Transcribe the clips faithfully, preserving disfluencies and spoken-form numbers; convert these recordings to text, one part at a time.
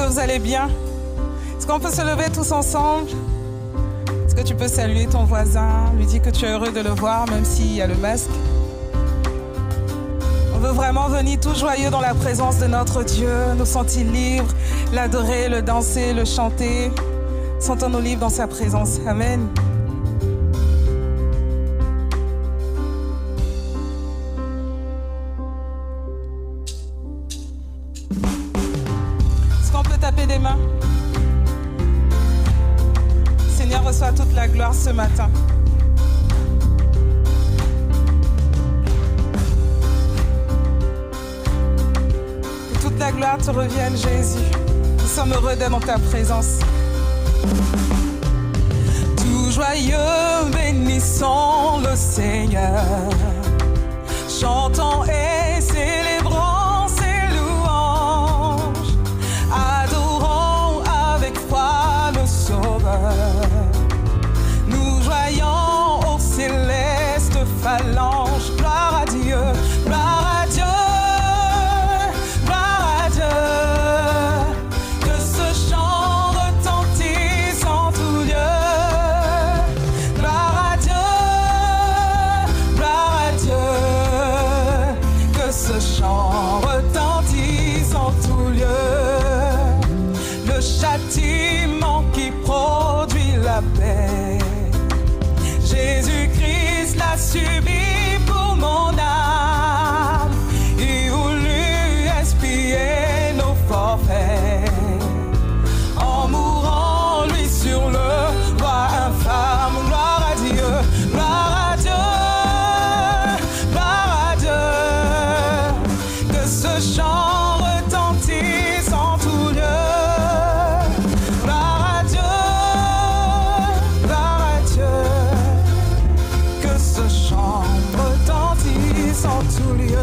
vous allez bien? Est-ce qu'on peut se lever tous ensemble? Est-ce que tu peux saluer ton voisin, lui dire que tu es heureux de le voir, même s'il y a le masque? On veut vraiment venir tout joyeux dans la présence de notre Dieu, nous sentir libres, l'adorer, le danser, le chanter. Sentons-nous libres dans sa présence. Amen. Est-ce qu'on peut taper des mains? Seigneur, reçois toute la gloire ce matin. Que toute la gloire te revienne, Jésus. Nous sommes heureux d'être dans ta présence. Tout joyeux, bénissons le Seigneur. Chantons et célébrons ses louanges. Adorons avec foi le Sauveur. Nous joyons aux célestes phalanges. Gloire à Dieu, gloire à Dieu, gloire à Dieu. Que ce chant retentisse en tout lieu. Gloire à Dieu, gloire à Dieu. Que ce chant retentisse en tout lieu. Le châtiment qui produit la paix, Jésus-Christ l'a subi pour mon âme. Il voulut expier nos forfaits en mourant lui sur le bois infâme. Gloire à Dieu, gloire à Dieu, gloire à Dieu. Que ce chant retentisse en tout lieu. Gloire à Dieu, gloire à Dieu. Que ce chant retentisse en tout lieu.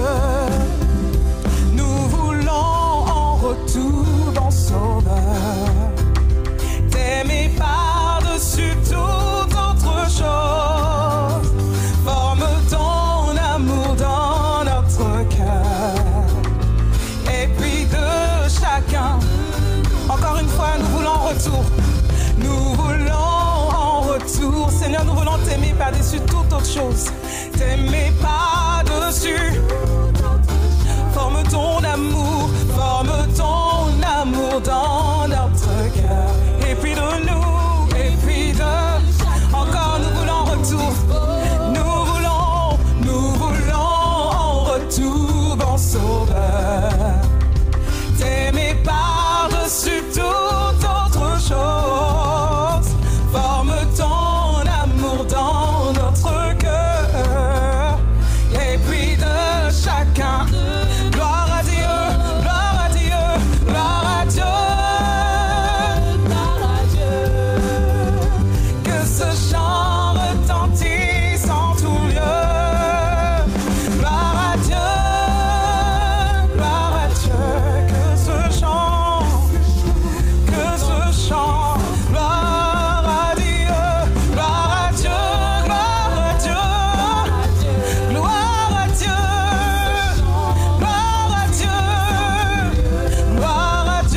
Nous voulons en retour ton Sauveur, t'aimer par-dessus toute autre chose. Forme ton amour dans notre cœur. Et puis de chacun, encore une fois, nous voulons en retour. Nous voulons en retour. Seigneur, nous voulons t'aimer par-dessus toute autre chose. T'aimer par-dessus. Forme ton amour, forme ton amour dans notre cœur. Et puis de nous, et puis de... Encore, nous voulons en retour. Nous voulons, nous voulons en retour, bon Sauveur. T'aimer par-dessus toute autre chose. Forme ton amour dans notre cœur. Et puis de chacun. Gloire à Dieu, gloire à Dieu, gloire à Dieu, gloire à Dieu. Que ce chant retentisse en tout lieu. Gloire à Dieu, gloire à Dieu. Que ce chant, que ce chant. Gloire à Dieu, gloire à Dieu, gloire à Dieu. Gloire à Dieu, gloire à Dieu, gloire à Dieu,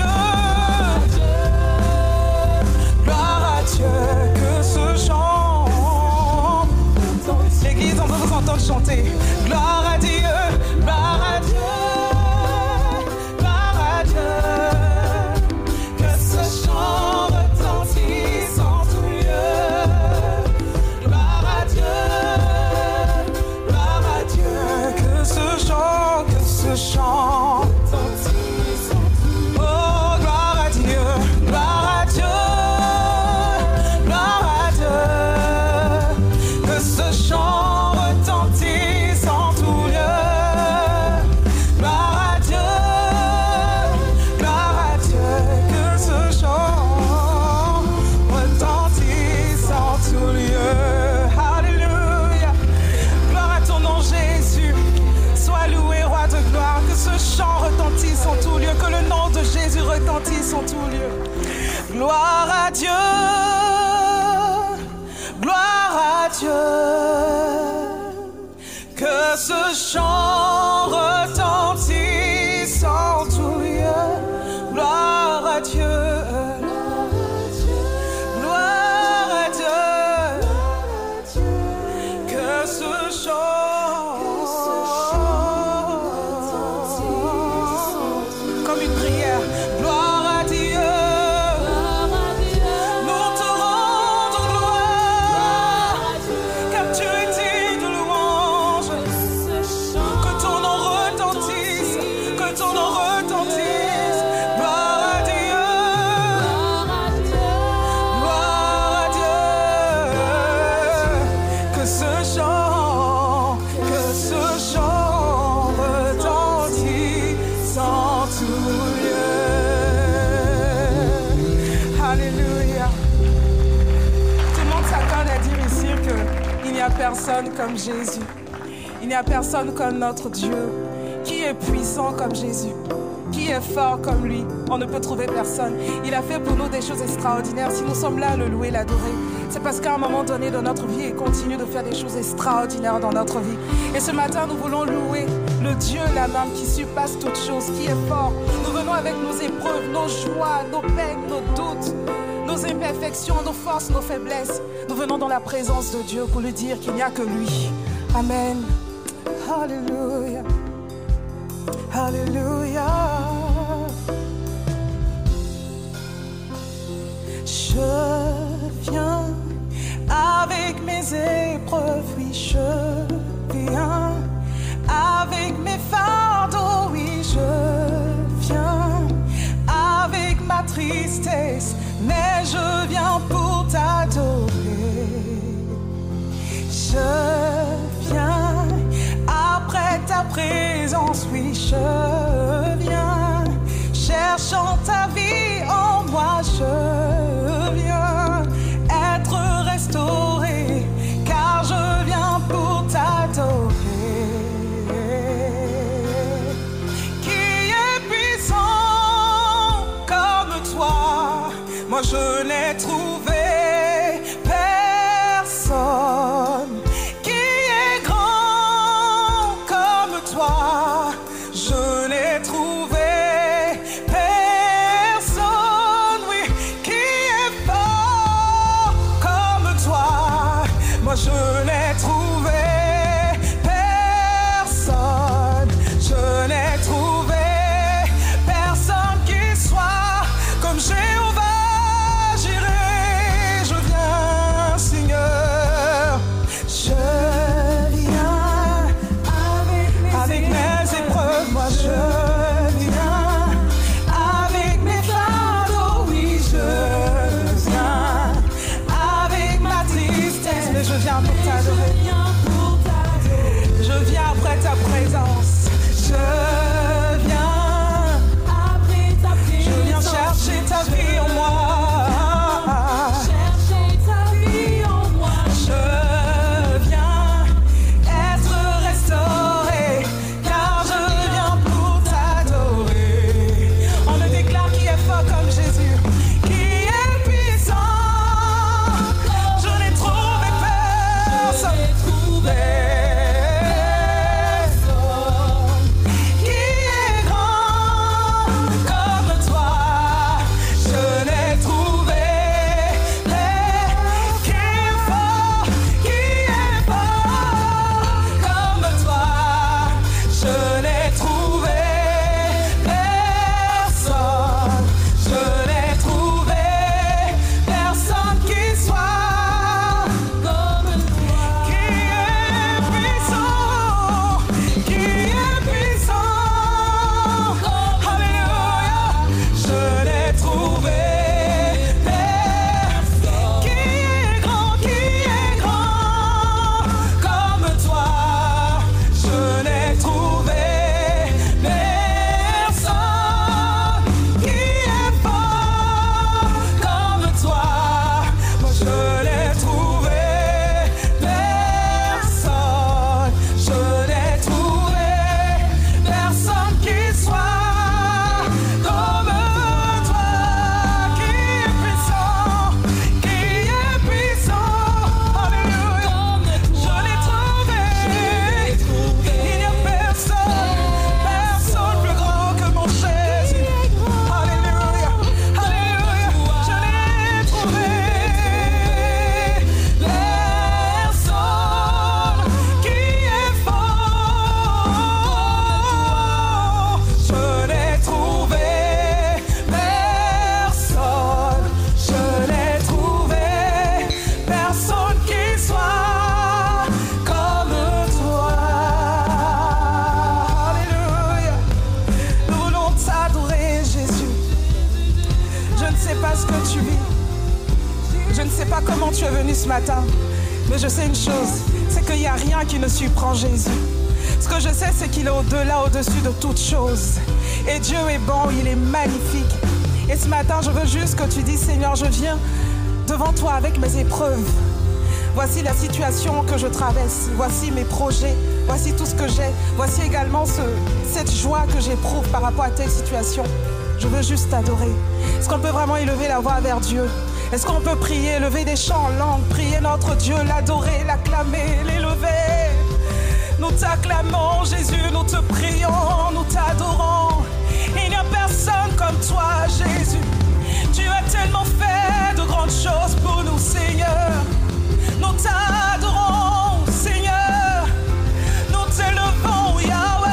gloire à Dieu. Que ce chant, l'Église, on veut vous entendre chanter. Gloire à Dieu, gloire à Dieu, gloire à Dieu. Que ce chant retentisse en tout lieu. Gloire à Dieu, gloire à Dieu. Que ce chant, que ce chant retentisse en tout lieu. Oh, gloire à Dieu, gloire à Dieu, gloire à Dieu. Que ce chant retentisse en tout lieu. Gloire à Dieu, gloire à Dieu. Que ce chant retentisse en tout lieu. Alléluia. Gloire à ton nom, Jésus. Sois loué, roi de gloire. Que ce chant retentisse en tout lieu. Que le nom de Jésus retentisse en tout lieu. Gloire à Dieu, gloire à Dieu. Que ce chant retentisse en tout lieu. Gloire à Dieu. Gloire à Dieu. Que ce chant comme une prière. Gloire à Dieu. Nous te rendons gloire. Car tu es digne de louange. Que ton nom retentisse. Que ton nom retentisse. Gloire à Dieu. Gloire à Dieu. Que ce chant, que ce chant retentisse en tout lieu. Alléluia. Tout le monde s'accorde à dire ici qu'il n'y a personne comme Jésus. Il n'y a personne comme notre Dieu. Qui est puissant comme Jésus? Qui est fort comme lui? On ne peut trouver personne. Il a fait pour nous des choses extraordinaires. Si nous sommes là à le louer, l'adorer, c'est parce qu'à un moment donné dans notre vie, il continue de faire des choses extraordinaires dans notre vie. Et ce matin, nous voulons louer le Dieu, la même, qui surpasse toutes choses, qui est fort. Nous venons avec nos épreuves, nos joies, nos peines, nos doutes, nos imperfections, nos forces, nos faiblesses. Nous venons dans la présence de Dieu pour lui dire qu'il n'y a que lui. Amen. Alléluia. Alléluia. Je viens avec mes épreuves, oui, je viens avec mes fardeaux, oui, je viens avec ma tristesse, mais je viens pour t'adorer. Je viens après ta présence, oui, je viens cherchant ta vie en moi, je viens être restauré, car je viens pour t'adorer. Qui est puissant comme toi? Moi je n'ai trouvé personne. Qui est grand comme toi? Je n'ai trouvé personne. Oui, qui est fort comme toi? Moi je n'ai trouvé personne. Je n'ai trouvé personne qui soit comme Jéhovah Jireh. sais pas ce que tu vis. Je ne sais pas comment tu es venu ce matin. Mais je sais une chose, c'est qu'il n'y a rien qui ne surprend Jésus. Ce que je sais, c'est qu'il est au-delà, au-dessus de toutes choses. Et Dieu est bon, il est magnifique. Et ce matin, je veux juste que tu dises, Seigneur, je viens devant toi avec mes épreuves. Voici la situation que je traverse. Voici mes projets. Voici tout ce que j'ai. Voici également ce, cette joie que j'éprouve par rapport à telle situation. Je veux juste t'adorer. Est-ce qu'on peut vraiment élever la voix vers Dieu? Est-ce qu'on peut prier, lever des chants en langue, prier notre Dieu, l'adorer, l'acclamer, l'élever? Nous t'acclamons, Jésus, nous te prions, nous t'adorons. Il n'y a personne comme toi, Jésus. Tu as tellement fait de grandes choses pour nous, Seigneur. Nous t'adorons, Seigneur. Nous t'élevons, Yahweh.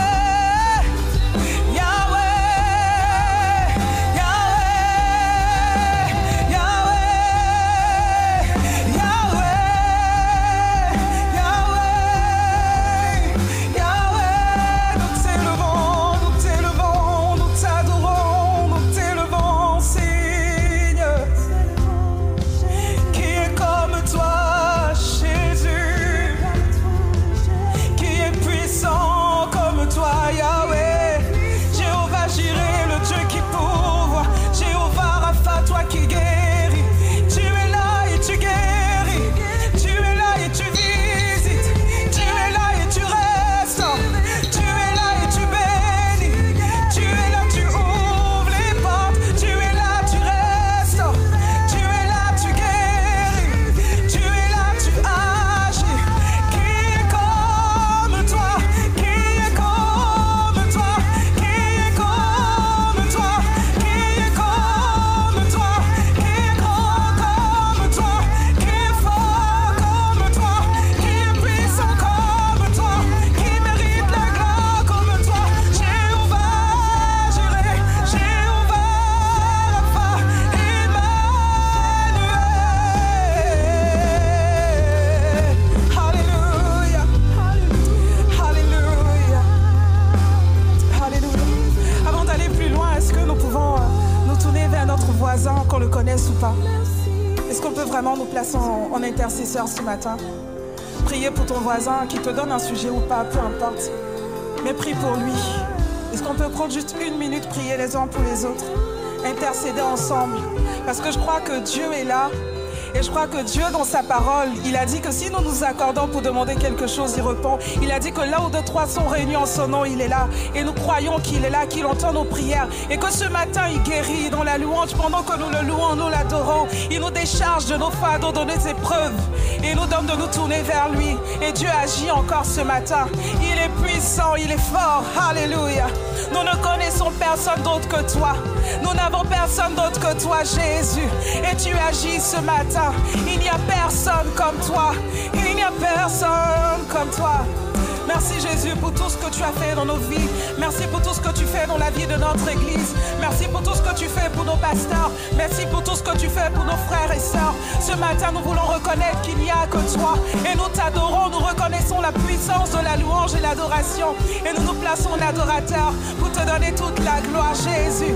Qu'on le connaisse ou pas. Est-ce qu'on peut vraiment nous placer en, en intercesseur ce matin? Prier pour ton voisin qui te donne un sujet ou pas, peu importe. Mais prie pour lui. Est-ce qu'on peut prendre juste une minute, prier les uns pour les autres? Intercéder ensemble. Parce que je crois que Dieu est là. Et je crois que Dieu, dans sa parole, il a dit que si nous nous accordons pour demander quelque chose, il répond. Il a dit que là où deux, trois sont réunis en son nom, il est là. Et nous croyons qu'il est là, qu'il entend nos prières. Et que ce matin, il guérit dans la louange. Pendant que nous le louons, nous l'adorons. Il nous décharge de nos fardeaux, de nos épreuves. Et il nous donne de nous tourner vers lui. Et Dieu agit encore ce matin. Il est puissant, il est fort. Alléluia. Nous ne connaissons personne d'autre que toi. Nous n'avons personne d'autre que toi, Jésus. Et tu agis ce matin. Il n'y a personne comme toi. Il n'y a personne comme toi. Merci Jésus pour tout ce que tu as fait dans nos vies. Merci pour tout ce que tu fais dans la vie de notre église. Merci pour tout ce que tu fais pour nos pasteurs. Merci pour tout ce que tu fais pour nos frères et sœurs. Ce matin, nous voulons reconnaître qu'il n'y a que toi. Et nous t'adorons, nous reconnaissons la puissance de la louange et l'adoration. Et nous nous plaçons en adorateur pour te donner toute la gloire, Jésus.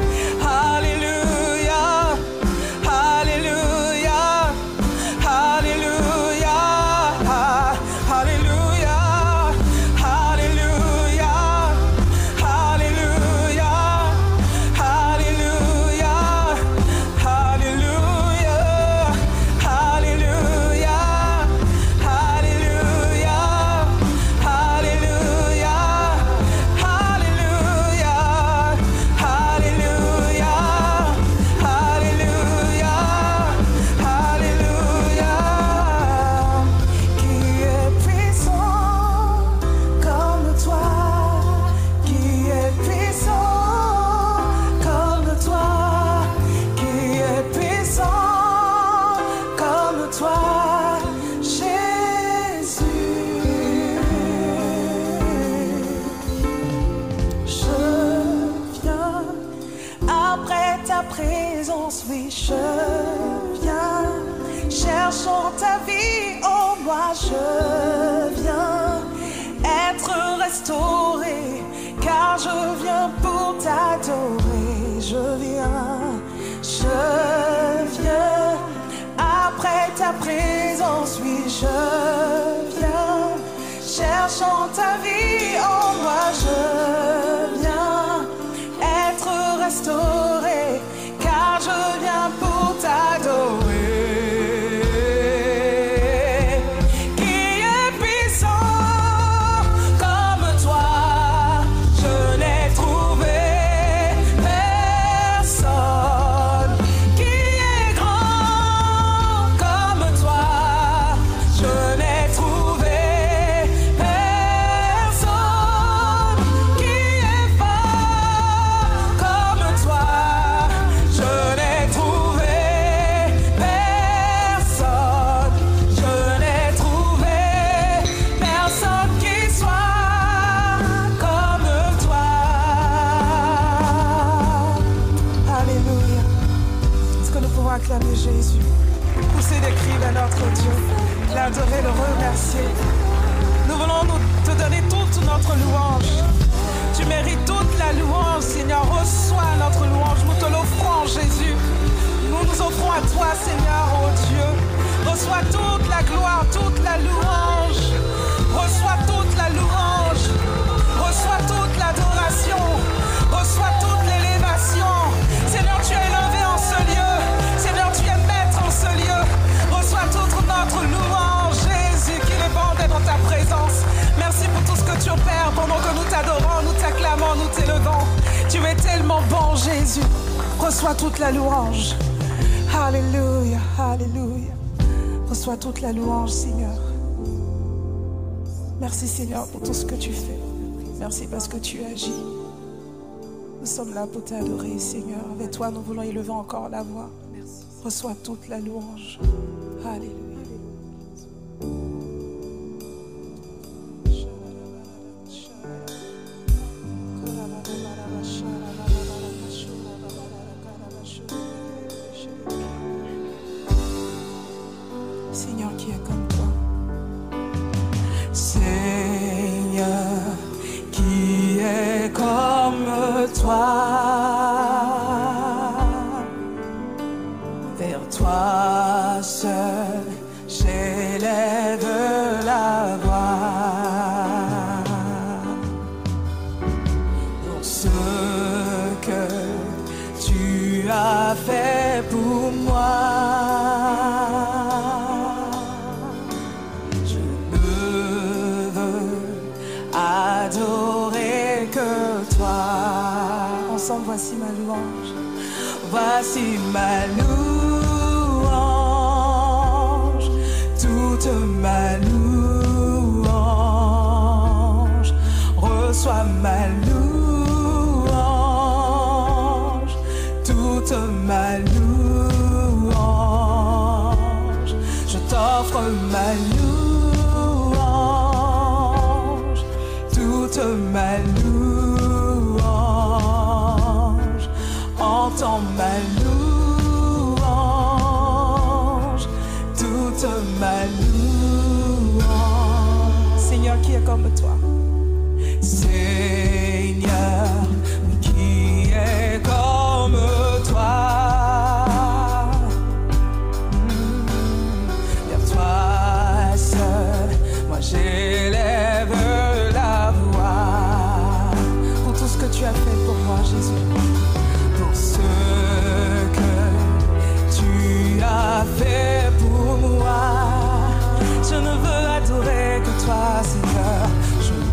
Alléluia. Alléluia. Alléluia. Alléluia. Oui, je viens, cherchant ta vie, oh moi je viens être restauré, car je viens pour t'adorer, je viens, je chante ta vie en moi, je viens être restauré, car je viens pour t'adorer. Qui est puissant comme toi? Je n'ai trouvé personne. Qui est grand comme toi? Je n'ai trouvé personne. Qui est fort comme toi? Je n'ai trouvé personne. Je n'ai trouvé personne qui soit comme toi. Alléluia. Est-ce que nous pouvons acclamer Jésus? Pousser des cris vers notre Dieu, l'adorer, le remercier. Nous voulons nous, te donner toute notre louange. Tu mérites toute la louange, Seigneur. Reçois notre louange. Nous te l'offrons, Jésus. Nous nous offrons à toi, Seigneur, oh Dieu. Reçois toute la gloire, toute la louange. Reçois toute la louange. Reçois toute l'adoration. Reçois toute l'élévation. Seigneur, tu es élevé en ce lieu. Seigneur, tu es maître en ce lieu. Reçois toute notre louange, Jésus, qui répandait dans ta présence. Merci pour tout ce que tu opères pendant que nous t'adorons, nous t'acclamons, nous t'élevons. Tu es tellement bon, Jésus. Reçois toute la louange. Alléluia, alléluia. Reçois toute la louange, Seigneur. Merci, Seigneur, pour tout ce que tu fais. Merci parce que tu agis. Nous sommes là pour t'adorer, Seigneur. Avec toi, nous voulons élever encore la voix. Reçois toute la louange. Alléluia. Seigneur, qui est comme toi? Seigneur, qui est comme toi? Vers toi seul, j'élève la voix. Pour ce que tu as fait pour moi, je ne veux adorer que toi. Ensemble, voici ma louange. Voici ma louange, toute ma louange. Reçois ma louange, toute ma louange. Je t'offre ma louange, toute ma louange. Entends ma louange, toute ma louange. Seigneur, qui est comme toi? Seigneur, qui est comme toi? Vers toi seul, moi j'élève la voix. Pour tout ce que tu as fait pour moi, Jésus. Pour ce que tu as fait pour moi, je ne veux adorer que toi, Seigneur. Je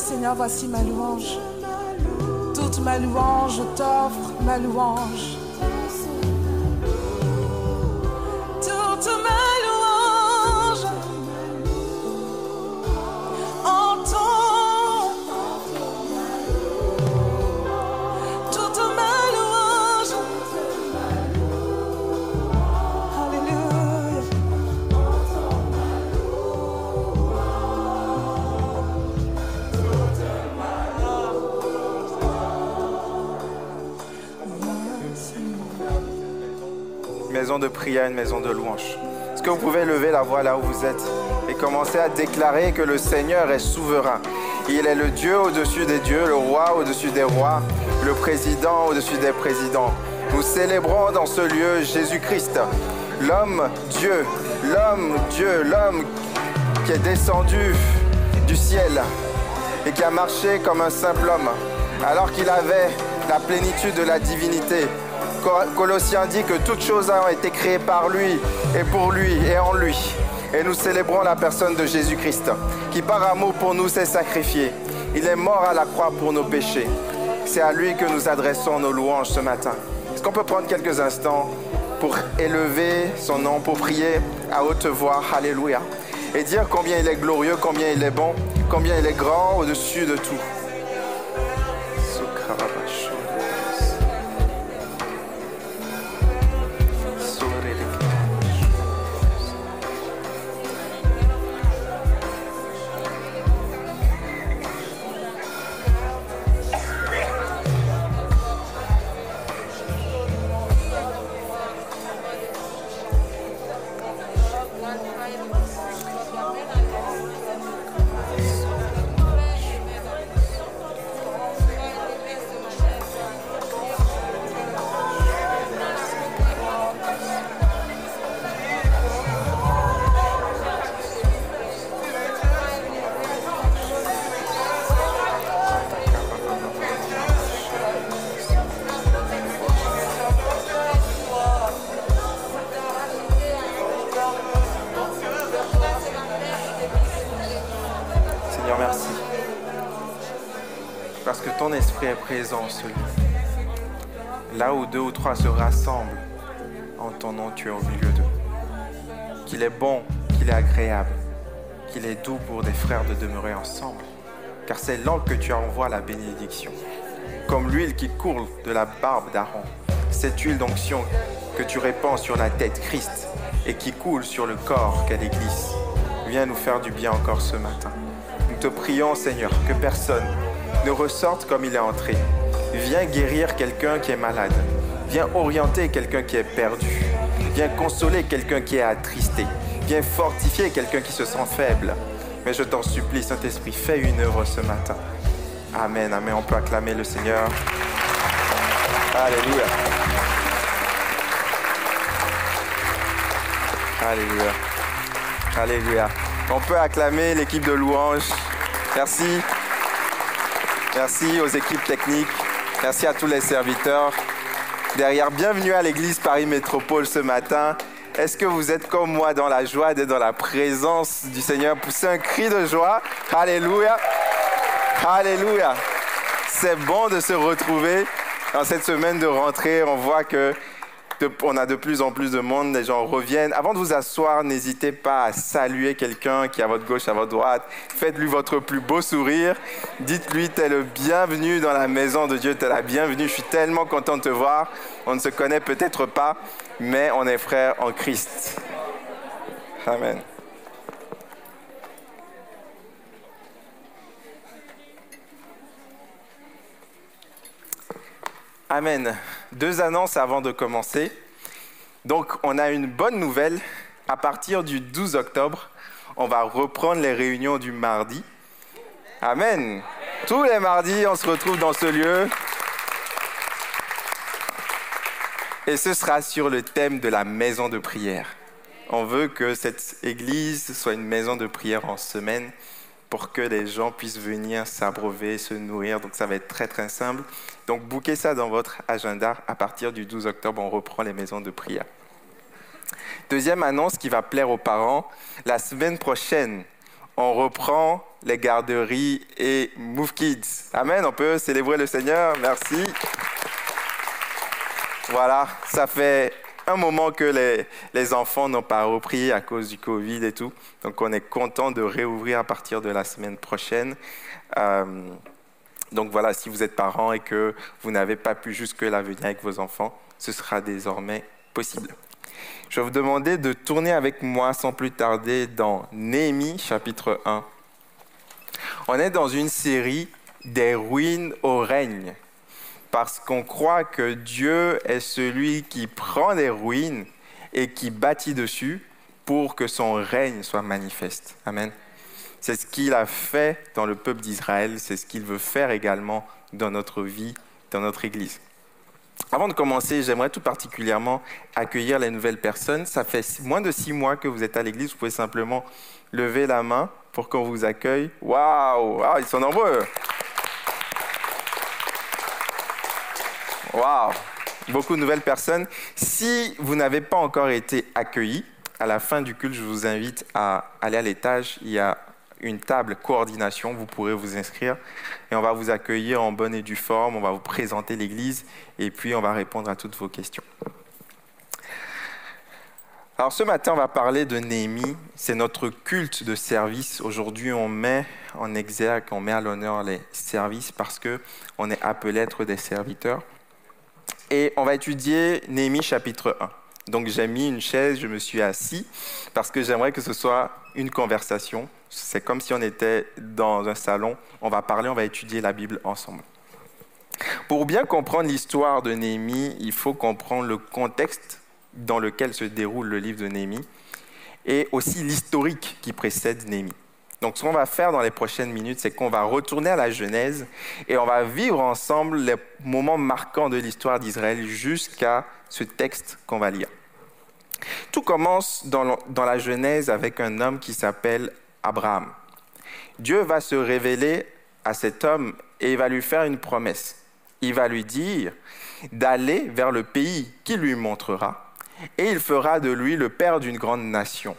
Seigneur, voici ma louange. Toute ma louange, je t'offre ma louange. Toute ma louange, entends. Toute ma louange, alléluia. Maison de prière, une maison de louange. Est-ce que vous pouvez lever la voix là où vous êtes et commencer à déclarer que le Seigneur est souverain. Il est le Dieu au-dessus des dieux, le roi au-dessus des rois, le président au-dessus des présidents. Nous célébrons dans ce lieu Jésus-Christ, l'homme Dieu, l'homme Dieu, l'homme qui est descendu du ciel et qui a marché comme un simple homme alors qu'il avait la plénitude de la divinité. Colossiens dit que toutes choses ont été créées par lui et pour lui et en lui. Et nous célébrons la personne de Jésus-Christ qui par amour pour nous s'est sacrifié. Il est mort à la croix pour nos péchés. C'est à lui que nous adressons nos louanges ce matin. Est-ce qu'on peut prendre quelques instants pour élever son nom, pour prier à haute voix, alléluia, et dire combien il est glorieux, combien il est bon, combien il est grand au-dessus de tout. Merci. Parce que ton esprit est présent en ce lieu. Là où deux ou trois se rassemblent, en ton nom, tu es au milieu d'eux. Qu'il est bon, qu'il est agréable, qu'il est doux pour des frères de demeurer ensemble. Car c'est là que tu envoies la bénédiction. Comme l'huile qui coule de la barbe d'Aaron. Cette huile d'onction que tu répands sur la tête Christ et qui coule sur le corps qu'est l'Église. Viens nous faire du bien encore ce matin. Nous te prions, Seigneur, que personne ne ressorte comme il est entré. Viens guérir quelqu'un qui est malade. Viens orienter quelqu'un qui est perdu. Viens consoler quelqu'un qui est attristé. Viens fortifier quelqu'un qui se sent faible. Mais je t'en supplie, Saint-Esprit, fais une œuvre ce matin. Amen, amen. On peut acclamer le Seigneur. Alléluia. Alléluia. Alléluia. On peut acclamer l'équipe de louanges. Merci. Merci aux équipes techniques. Merci à tous les serviteurs. Derrière, bienvenue à l'église Paris Métropole ce matin. Est-ce que vous êtes comme moi dans la joie d'être dans la présence du Seigneur? Poussez un cri de joie. Alléluia. Alléluia. C'est bon de se retrouver dans cette semaine de rentrée. On voit que De, on a de plus en plus de monde, les gens reviennent. Avant de vous asseoir, n'hésitez pas à saluer quelqu'un qui est à votre gauche, à votre droite. Faites-lui votre plus beau sourire. Dites-lui, t'es le bienvenu dans la maison de Dieu, t'es la bienvenue. Je suis tellement content de te voir. On ne se connaît peut-être pas, mais on est frères en Christ. Amen. Amen. Deux annonces avant de commencer. Donc, on a une bonne nouvelle. À partir du douze octobre, on va reprendre les réunions du mardi. Amen. Tous les mardis, on se retrouve dans ce lieu. Et ce sera sur le thème de la maison de prière. On veut que cette église soit une maison de prière en semaine pour que les gens puissent venir s'abreuver, se nourrir. Donc, ça va être très, très simple. Donc, booker ça dans votre agenda. À partir du douze octobre, on reprend les maisons de prière. Deuxième annonce qui va plaire aux parents. La semaine prochaine, on reprend les garderies et Move Kids. Amen, on peut célébrer le Seigneur, merci. Voilà, ça fait un moment que les, les enfants n'ont pas repris à cause du Covid et tout. Donc, on est content de réouvrir à partir de la semaine prochaine. Euh, donc, voilà, si vous êtes parents et que vous n'avez pas pu jusque-là venir avec vos enfants, ce sera désormais possible. Je vais vous demander de tourner avec moi sans plus tarder dans Néhémie, chapitre un. On est dans une série des ruines au règne. Parce qu'on croit que Dieu est celui qui prend les ruines et qui bâtit dessus pour que son règne soit manifeste. Amen. C'est ce qu'il a fait dans le peuple d'Israël, c'est ce qu'il veut faire également dans notre vie, dans notre Église. Avant de commencer, j'aimerais tout particulièrement accueillir les nouvelles personnes. Ça fait moins de six mois que vous êtes à l'Église, vous pouvez simplement lever la main pour qu'on vous accueille. Waouh, wow, ils sont nombreux. Waouh! Beaucoup de nouvelles personnes. Si vous n'avez pas encore été accueillis, à la fin du culte, je vous invite à aller à l'étage. Il y a une table coordination, vous pourrez vous inscrire et on va vous accueillir en bonne et due forme. On va vous présenter l'Église et puis on va répondre à toutes vos questions. Alors ce matin, on va parler de Néhémie. C'est notre culte de service. Aujourd'hui, on met en exergue, on met à l'honneur les services parce qu'on est appelé à être des serviteurs. Et on va étudier Néhémie chapitre un. Donc j'ai mis une chaise, je me suis assis parce que j'aimerais que ce soit une conversation. C'est comme si on était dans un salon. On va parler, on va étudier la Bible ensemble. Pour bien comprendre l'histoire de Néhémie, il faut comprendre le contexte dans lequel se déroule le livre de Néhémie et aussi l'historique qui précède Néhémie. Donc, ce qu'on va faire dans les prochaines minutes, c'est qu'on va retourner à la Genèse et on va vivre ensemble les moments marquants de l'histoire d'Israël jusqu'à ce texte qu'on va lire. Tout commence dans, dans la Genèse avec un homme qui s'appelle Abraham. Dieu va se révéler à cet homme et il va lui faire une promesse. Il va lui dire d'aller vers le pays qu'il lui montrera et il fera de lui le père d'une grande nation.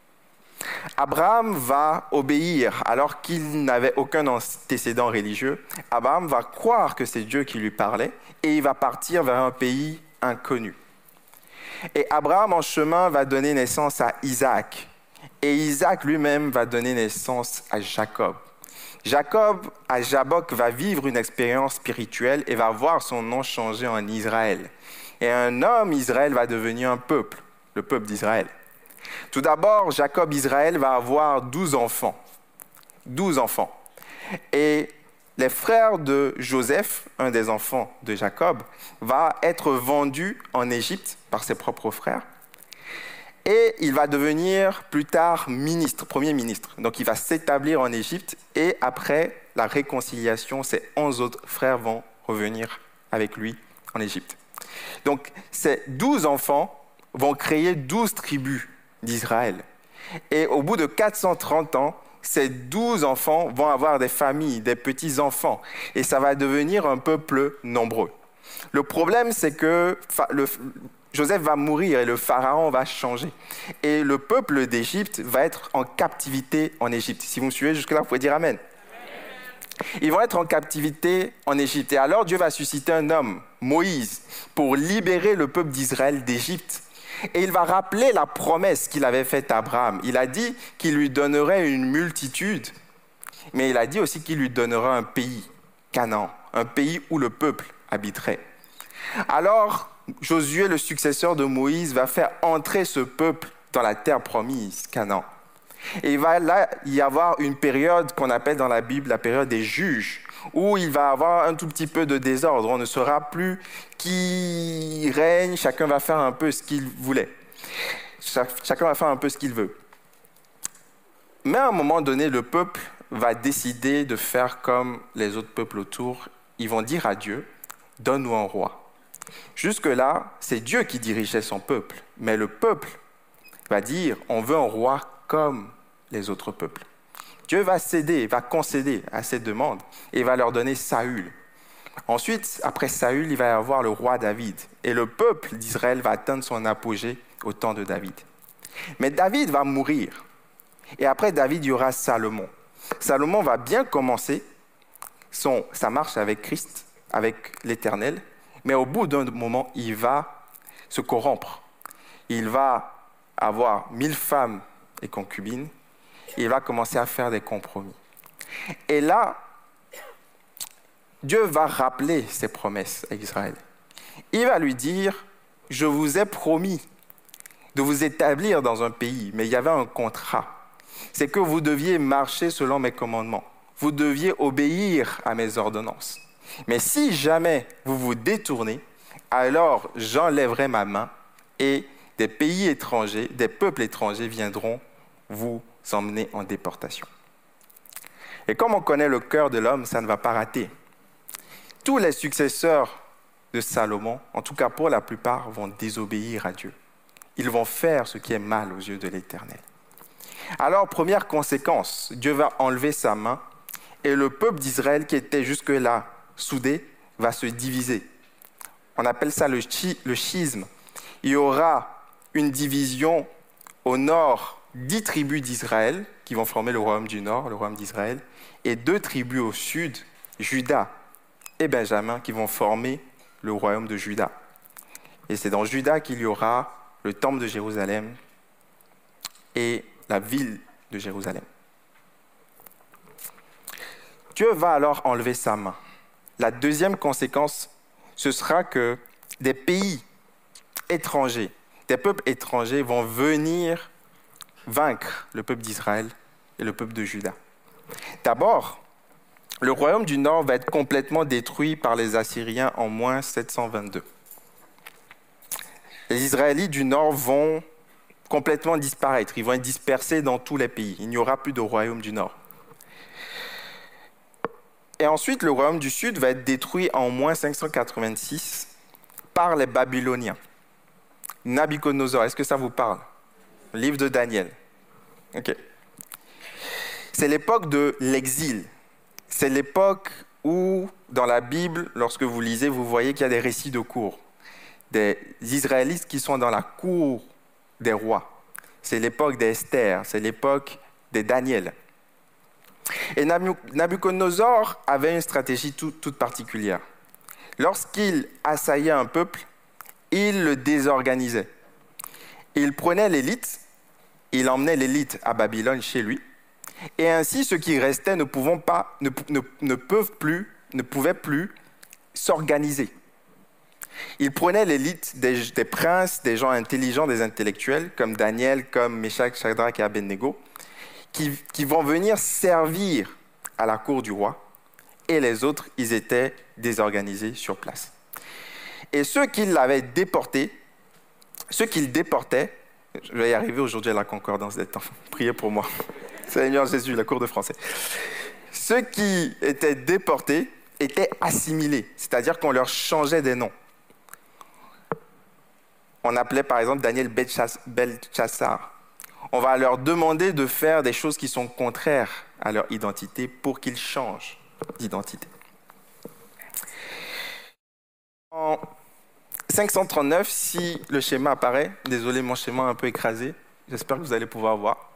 Abraham va obéir alors qu'il n'avait aucun antécédent religieux. Abraham va croire que c'est Dieu qui lui parlait et il va partir vers un pays inconnu. Et Abraham, en chemin, va donner naissance à Isaac. Et Isaac lui-même va donner naissance à Jacob. Jacob, à Jabbok, va vivre une expérience spirituelle et va voir son nom changer en Israël. Et un homme, Israël, va devenir un peuple, le peuple d'Israël. Tout d'abord, Jacob Israël va avoir douze enfants. douze enfants. Et les frères de Joseph, un des enfants de Jacob, va être vendu en Égypte par ses propres frères. Et il va devenir plus tard ministre, premier ministre. Donc il va s'établir en Égypte et après la réconciliation, ses onze autres frères vont revenir avec lui en Égypte. Donc ces douze enfants vont créer douze tribus d'Israël. Et au bout de quatre cent trente ans, ces douze enfants vont avoir des familles, des petits-enfants. Et ça va devenir un peuple nombreux. Le problème, c'est que le, Joseph va mourir et le pharaon va changer. Et le peuple d'Égypte va être en captivité en Égypte. Si vous me suivez jusque-là, vous pouvez dire Amen. Ils vont être en captivité en Égypte. Et alors Dieu va susciter un homme, Moïse, pour libérer le peuple d'Israël d'Égypte. Et il va rappeler la promesse qu'il avait faite à Abraham. Il a dit qu'il lui donnerait une multitude, mais il a dit aussi qu'il lui donnerait un pays, Canaan, un pays où le peuple habiterait. Alors, Josué, le successeur de Moïse, va faire entrer ce peuple dans la terre promise, Canaan. Et il va là y avoir une période qu'on appelle dans la Bible la période des juges, où il va y avoir un tout petit peu de désordre. On ne saura plus qui règne, chacun va faire un peu ce qu'il voulait. Chacun va faire un peu ce qu'il veut. Mais à un moment donné, le peuple va décider de faire comme les autres peuples autour. Ils vont dire à Dieu, donne-nous un roi. Jusque-là, c'est Dieu qui dirigeait son peuple. Mais le peuple va dire, on veut un roi comme les autres peuples. Dieu va céder, va concéder à ces demandes et va leur donner Saül. Ensuite, après Saül, il va y avoir le roi David. Et le peuple d'Israël va atteindre son apogée au temps de David. Mais David va mourir. Et après David, il y aura Salomon. Salomon va bien commencer son, sa marche avec Christ, avec l'Éternel, mais au bout d'un moment, il va se corrompre. Il va avoir mille femmes et concubines. Il va commencer à faire des compromis. Et là, Dieu va rappeler ses promesses à Israël. Il va lui dire, je vous ai promis de vous établir dans un pays, mais il y avait un contrat. C'est que vous deviez marcher selon mes commandements. Vous deviez obéir à mes ordonnances. Mais si jamais vous vous détournez, alors j'enlèverai ma main et des pays étrangers, des peuples étrangers viendront vous emmener en déportation. Et comme on connaît le cœur de l'homme, ça ne va pas rater. Tous les successeurs de Salomon, en tout cas pour la plupart, vont désobéir à Dieu. Ils vont faire ce qui est mal aux yeux de l'Éternel. Alors, première conséquence, Dieu va enlever sa main et le peuple d'Israël qui était jusque-là soudé va se diviser. On appelle ça le, chi, le schisme. Il y aura une division au nord, dix tribus d'Israël qui vont former le royaume du nord, le royaume d'Israël, et deux tribus au sud, Juda et Benjamin, qui vont former le royaume de Juda. Et c'est dans Juda qu'il y aura le temple de Jérusalem et la ville de Jérusalem. Dieu va alors enlever sa main. La deuxième conséquence, ce sera que des pays étrangers, des peuples étrangers vont venir vaincre le peuple d'Israël et le peuple de Juda. D'abord, le royaume du Nord va être complètement détruit par les Assyriens en moins sept cent vingt-deux. Les Israélites du Nord vont complètement disparaître. Ils vont être dispersés dans tous les pays. Il n'y aura plus de royaume du Nord. Et ensuite, le royaume du Sud va être détruit en moins cinq cent quatre-vingt-six par les Babyloniens. Nabuchodonosor, est-ce que ça vous parle? Le livre de Daniel. Ok. C'est l'époque de l'exil. C'est l'époque où, dans la Bible, lorsque vous lisez, vous voyez qu'il y a des récits de cour. Des Israélites qui sont dans la cour des rois. C'est l'époque d'Esther, c'est l'époque des Daniel. Et Nabuchodonosor avait une stratégie tout, toute particulière. Lorsqu'il assaillait un peuple, il le désorganisait. Il prenait l'élite, il emmenait l'élite à Babylone chez lui, et ainsi ceux qui restaient ne, pouvant pas, ne, ne, ne, peuvent plus, ne pouvaient plus s'organiser. Il prenait l'élite des, des princes, des gens intelligents, des intellectuels, comme Daniel, comme Meshach, Shadrach et Abednego, qui, qui vont venir servir à la cour du roi, et les autres, ils étaient désorganisés sur place. Et ceux qui l'avaient déporté, ceux qui le déportaient, je vais y arriver aujourd'hui à la concordance des temps, priez pour moi. Seigneur Jésus, la cour de français. Ceux qui étaient déportés étaient assimilés, c'est-à-dire qu'on leur changeait des noms. On appelait par exemple Daniel Belchassar. On va leur demander de faire des choses qui sont contraires à leur identité pour qu'ils changent d'identité. En cinq cent trente-neuf, si le schéma apparaît, désolé, mon schéma est un peu écrasé, j'espère que vous allez pouvoir voir.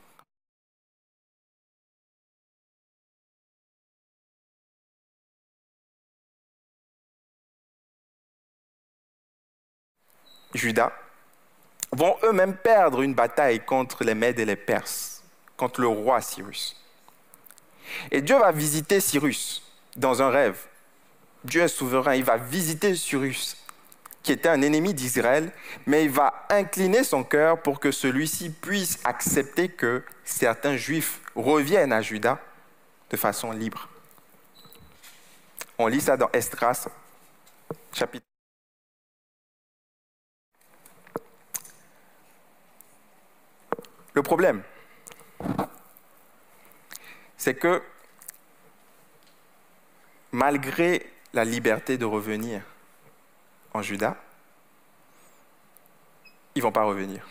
Juda, vont eux-mêmes perdre une bataille contre les Mèdes et les Perses, contre le roi Cyrus. Et Dieu va visiter Cyrus dans un rêve. Dieu est souverain, il va visiter Cyrus, qui était un ennemi d'Israël, mais il va incliner son cœur pour que celui-ci puisse accepter que certains Juifs reviennent à Juda de façon libre. On lit ça dans Esdras, chapitre. Le problème, c'est que malgré la liberté de revenir en Juda, ils ne vont pas revenir.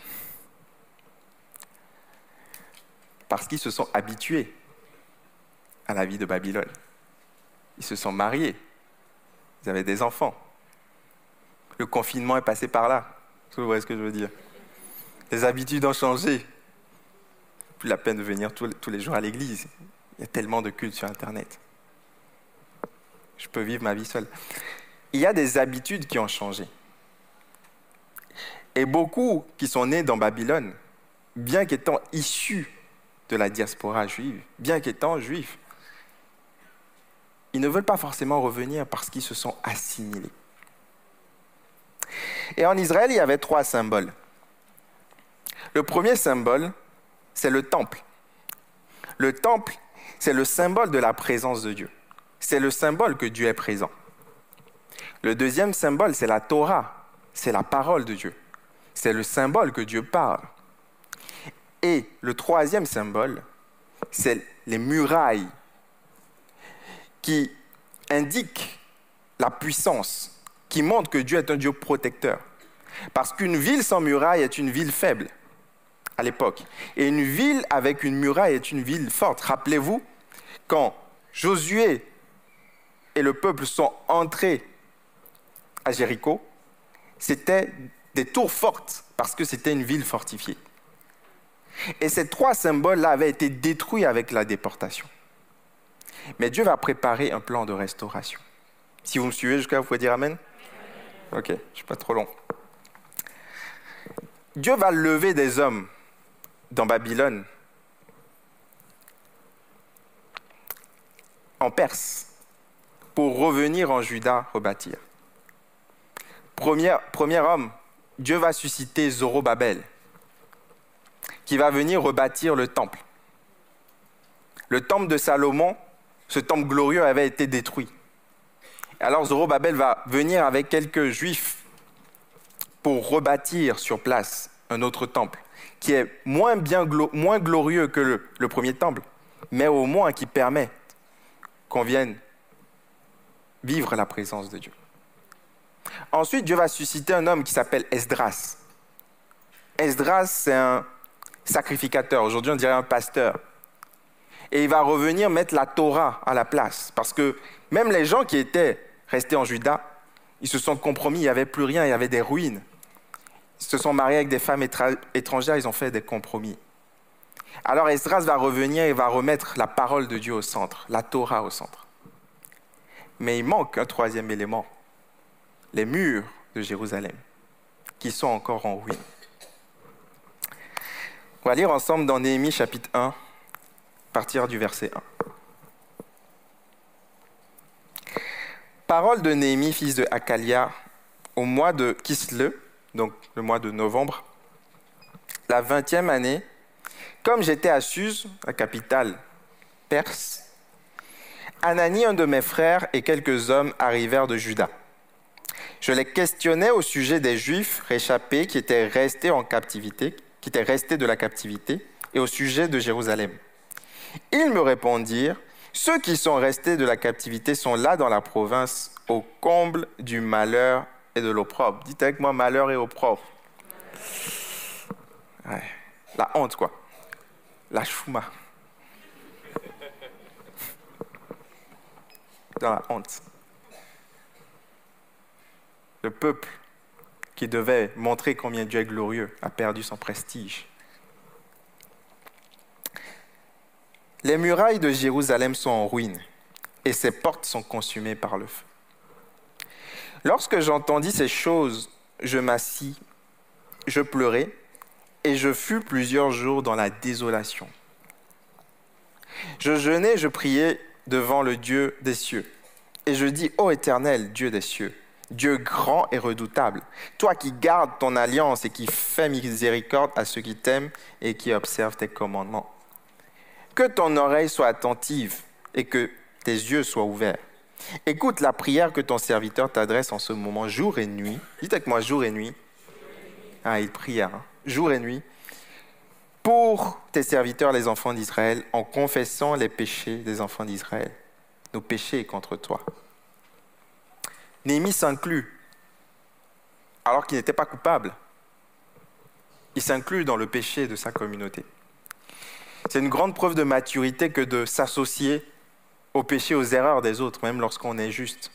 Parce qu'ils se sont habitués à la vie de Babylone. Ils se sont mariés. Ils avaient des enfants. Le confinement est passé par là. Vous voyez ce que je veux dire? Les habitudes ont changé. plus la peine de venir tous, tous les jours à l'église. Il y a tellement de cultes sur Internet. Je peux vivre ma vie seule. Il y a des habitudes qui ont changé. Et beaucoup qui sont nés dans Babylone, bien qu'étant issus de la diaspora juive, bien qu'étant juifs, ils ne veulent pas forcément revenir parce qu'ils se sont assimilés. Et en Israël, il y avait trois symboles. Le premier symbole, c'est le temple. Le temple, c'est le symbole de la présence de Dieu. C'est le symbole que Dieu est présent. Le deuxième symbole, c'est la Torah. C'est la parole de Dieu. C'est le symbole que Dieu parle. Et le troisième symbole, c'est les murailles qui indiquent la puissance, qui montrent que Dieu est un Dieu protecteur. Parce qu'une ville sans muraille est une ville faible à l'époque. Et une ville avec une muraille est une ville forte. Rappelez-vous, quand Josué et le peuple sont entrés à Jéricho, c'était des tours fortes parce que c'était une ville fortifiée. Et ces trois symboles-là avaient été détruits avec la déportation. Mais Dieu va préparer un plan de restauration. Si vous me suivez jusqu'à là, vous pouvez dire Amen? Ok, je ne suis pas trop long. Dieu va lever des hommes dans Babylone, en Perse, pour revenir en Juda rebâtir. Premier, premier homme, Dieu va susciter Zorobabel, qui va venir rebâtir le temple. Le temple de Salomon, ce temple glorieux, avait été détruit. Alors Zorobabel va venir avec quelques juifs pour rebâtir sur place un autre temple, qui est moins, bien, moins glorieux que le, le premier temple, mais au moins qui permet qu'on vienne vivre la présence de Dieu. Ensuite, Dieu va susciter un homme qui s'appelle Esdras. Esdras, c'est un sacrificateur. Aujourd'hui, on dirait un pasteur. Et il va revenir mettre la Torah à la place. Parce que même les gens qui étaient restés en Juda, ils se sont compromis, il n'y avait plus rien, il y avait des ruines. Ils se sont mariés avec des femmes étra- étrangères, ils ont fait des compromis. Alors Esdras va revenir et va remettre la parole de Dieu au centre, la Torah au centre. Mais il manque un troisième élément, les murs de Jérusalem, qui sont encore en ruine. On va lire ensemble dans Néhémie chapitre un, à partir du verset un. Parole de Néhémie, fils de Hakalia, au mois de Kisle, donc le mois de novembre, la vingtième année, comme j'étais à Suse, la capitale perse, Anani, un de mes frères, et quelques hommes arrivèrent de Juda. Je les questionnais au sujet des Juifs réchappés qui étaient restés en captivité, qui étaient restés de la captivité, et au sujet de Jérusalem. Ils me répondirent, ceux qui sont restés de la captivité sont là dans la province, au comble du malheur et de l'opprobre. Dites avec moi, malheur et opprobre. Ouais. La honte, quoi. La chouma. Dans la honte. Le peuple qui devait montrer combien Dieu est glorieux a perdu son prestige. Les murailles de Jérusalem sont en ruine et ses portes sont consumées par le feu. Lorsque j'entendis ces choses, je m'assis, je pleurai et je fus plusieurs jours dans la désolation. Je jeûnais, je priais devant le Dieu des cieux et je dis, ô Éternel, Dieu des cieux, Dieu grand et redoutable, toi qui gardes ton alliance et qui fais miséricorde à ceux qui t'aiment et qui observent tes commandements. Que ton oreille soit attentive et que tes yeux soient ouverts. Écoute la prière que ton serviteur t'adresse en ce moment, jour et nuit. Dites avec moi, jour et nuit. Ah, il prie, hein. Jour et nuit. Pour tes serviteurs, les enfants d'Israël, en confessant les péchés des enfants d'Israël. Nos péchés contre toi. Néhémie s'inclut, alors qu'il n'était pas coupable. Il s'inclut dans le péché de sa communauté. C'est une grande preuve de maturité que de s'associer au péché, aux erreurs des autres, même lorsqu'on est juste.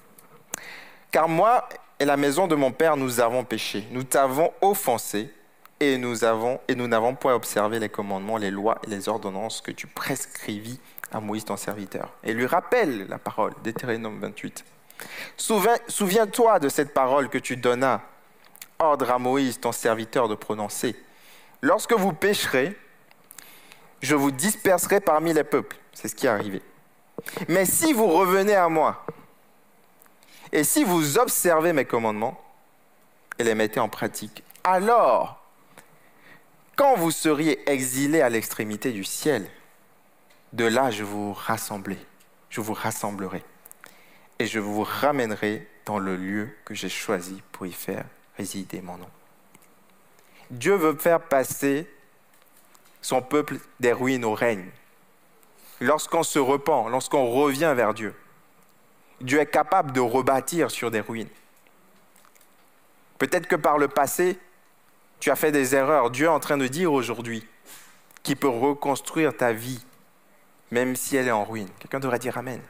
Car moi et la maison de mon père, nous avons péché, nous t'avons offensé, et nous avons et nous n'avons point observé les commandements, les lois et les ordonnances que tu prescrivis à Moïse ton serviteur. Et lui rappelle la parole d'Deutéronome vingt-huit. Souviens- Souviens-toi de cette parole que tu donnas ordre à Moïse ton serviteur de prononcer. Lorsque vous pécherez, je vous disperserai parmi les peuples. C'est ce qui est arrivé. Mais si vous revenez à moi, et si vous observez mes commandements et les mettez en pratique, alors, quand vous seriez exilés à l'extrémité du ciel, de là je vous rassemblerai, je vous rassemblerai, et je vous ramènerai dans le lieu que j'ai choisi pour y faire résider mon nom. Dieu veut faire passer son peuple des ruines au règne. Lorsqu'on se repent, lorsqu'on revient vers Dieu, Dieu est capable de rebâtir sur des ruines. Peut-être que par le passé, tu as fait des erreurs. Dieu est en train de dire aujourd'hui qu'il peut reconstruire ta vie, même si elle est en ruine. Quelqu'un devrait dire Amen.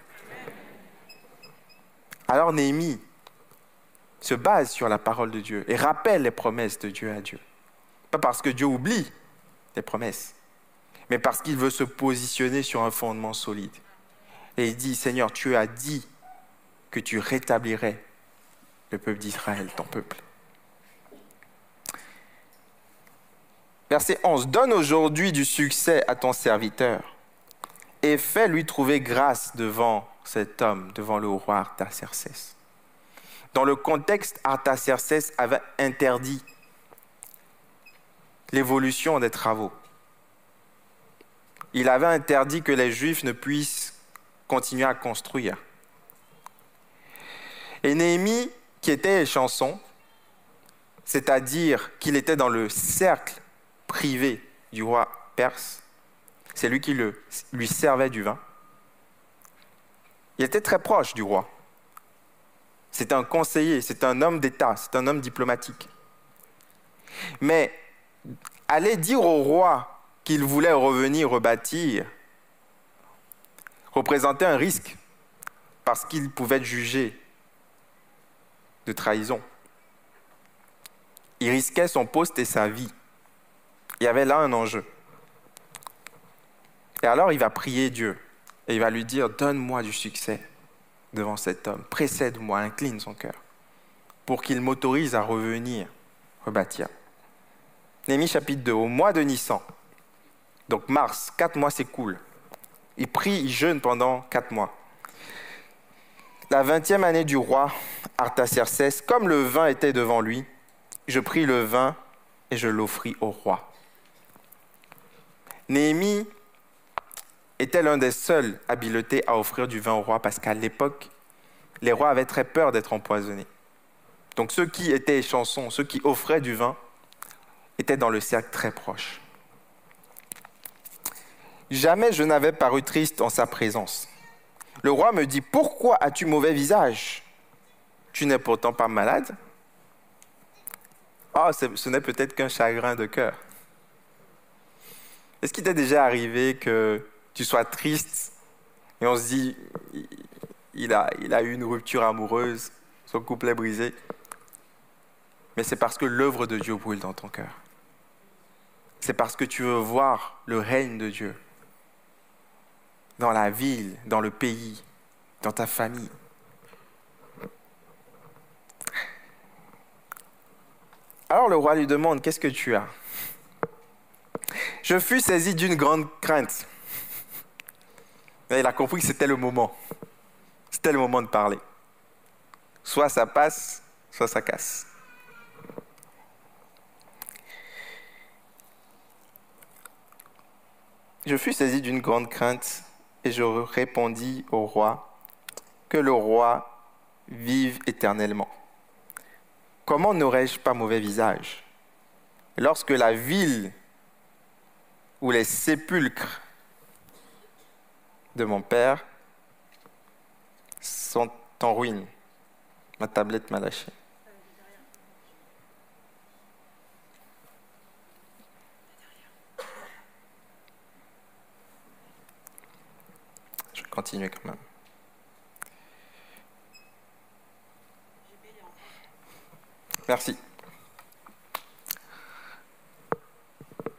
Alors Néhémie se base sur la parole de Dieu et rappelle les promesses de Dieu à Dieu. Pas parce que Dieu oublie les promesses, mais parce qu'il veut se positionner sur un fondement solide. Et il dit, Seigneur, tu as dit que tu rétablirais le peuple d'Israël, ton peuple. Verset onze. Donne aujourd'hui du succès à ton serviteur et fais-lui trouver grâce devant cet homme, devant le roi Artaxerxès. Dans le contexte, Artaxerxès avait interdit l'évolution des travaux. Il avait interdit que les Juifs ne puissent continuer à construire. Et Néhémie, qui était échanson, c'est-à-dire qu'il était dans le cercle privé du roi perse, c'est lui qui le, lui servait du vin. Il était très proche du roi. C'est un conseiller, c'est un homme d'État, c'est un homme diplomatique. Mais aller dire au roi qu'il voulait revenir rebâtir représentait un risque parce qu'il pouvait être jugé de trahison. Il risquait son poste et sa vie. Il y avait là un enjeu. Et alors il va prier Dieu et il va lui dire, donne-moi du succès devant cet homme, précède-moi, incline son cœur, pour qu'il m'autorise à revenir rebâtir. Néhémie chapitre deux, au mois de Nissan, donc mars, quatre mois s'écoulent. Il prie, il jeûne pendant quatre mois. La vingtième année du roi Artaxerxès, comme le vin était devant lui, je pris le vin et je l'offris au roi. Néhémie était l'un des seuls habilités à offrir du vin au roi parce qu'à l'époque, les rois avaient très peur d'être empoisonnés. Donc ceux qui étaient échansons, ceux qui offraient du vin, étaient dans le cercle très proche. Jamais je n'avais paru triste en sa présence. Le roi me dit, pourquoi as-tu mauvais visage? Tu n'es pourtant pas malade? Ah, oh, ce n'est peut-être qu'un chagrin de cœur. Est-ce qu'il t'est déjà arrivé que tu sois triste et on se dit, il a, il a eu une rupture amoureuse, son couple est brisé, mais c'est parce que l'œuvre de Dieu brûle dans ton cœur. C'est parce que tu veux voir le règne de Dieu dans la ville, dans le pays, dans ta famille. Alors le roi lui demande, qu'est-ce que tu as? Je fus saisi d'une grande crainte. Et il a compris que c'était le moment. C'était le moment de parler. Soit ça passe, soit ça casse. Je fus saisi d'une grande crainte et je répondis au roi que le roi vive éternellement. Comment n'aurais-je pas mauvais visage lorsque la ville ou les sépulcres de mon père sont en ruine? Ma tablette m'a lâché. Je vais continuer quand même. Merci.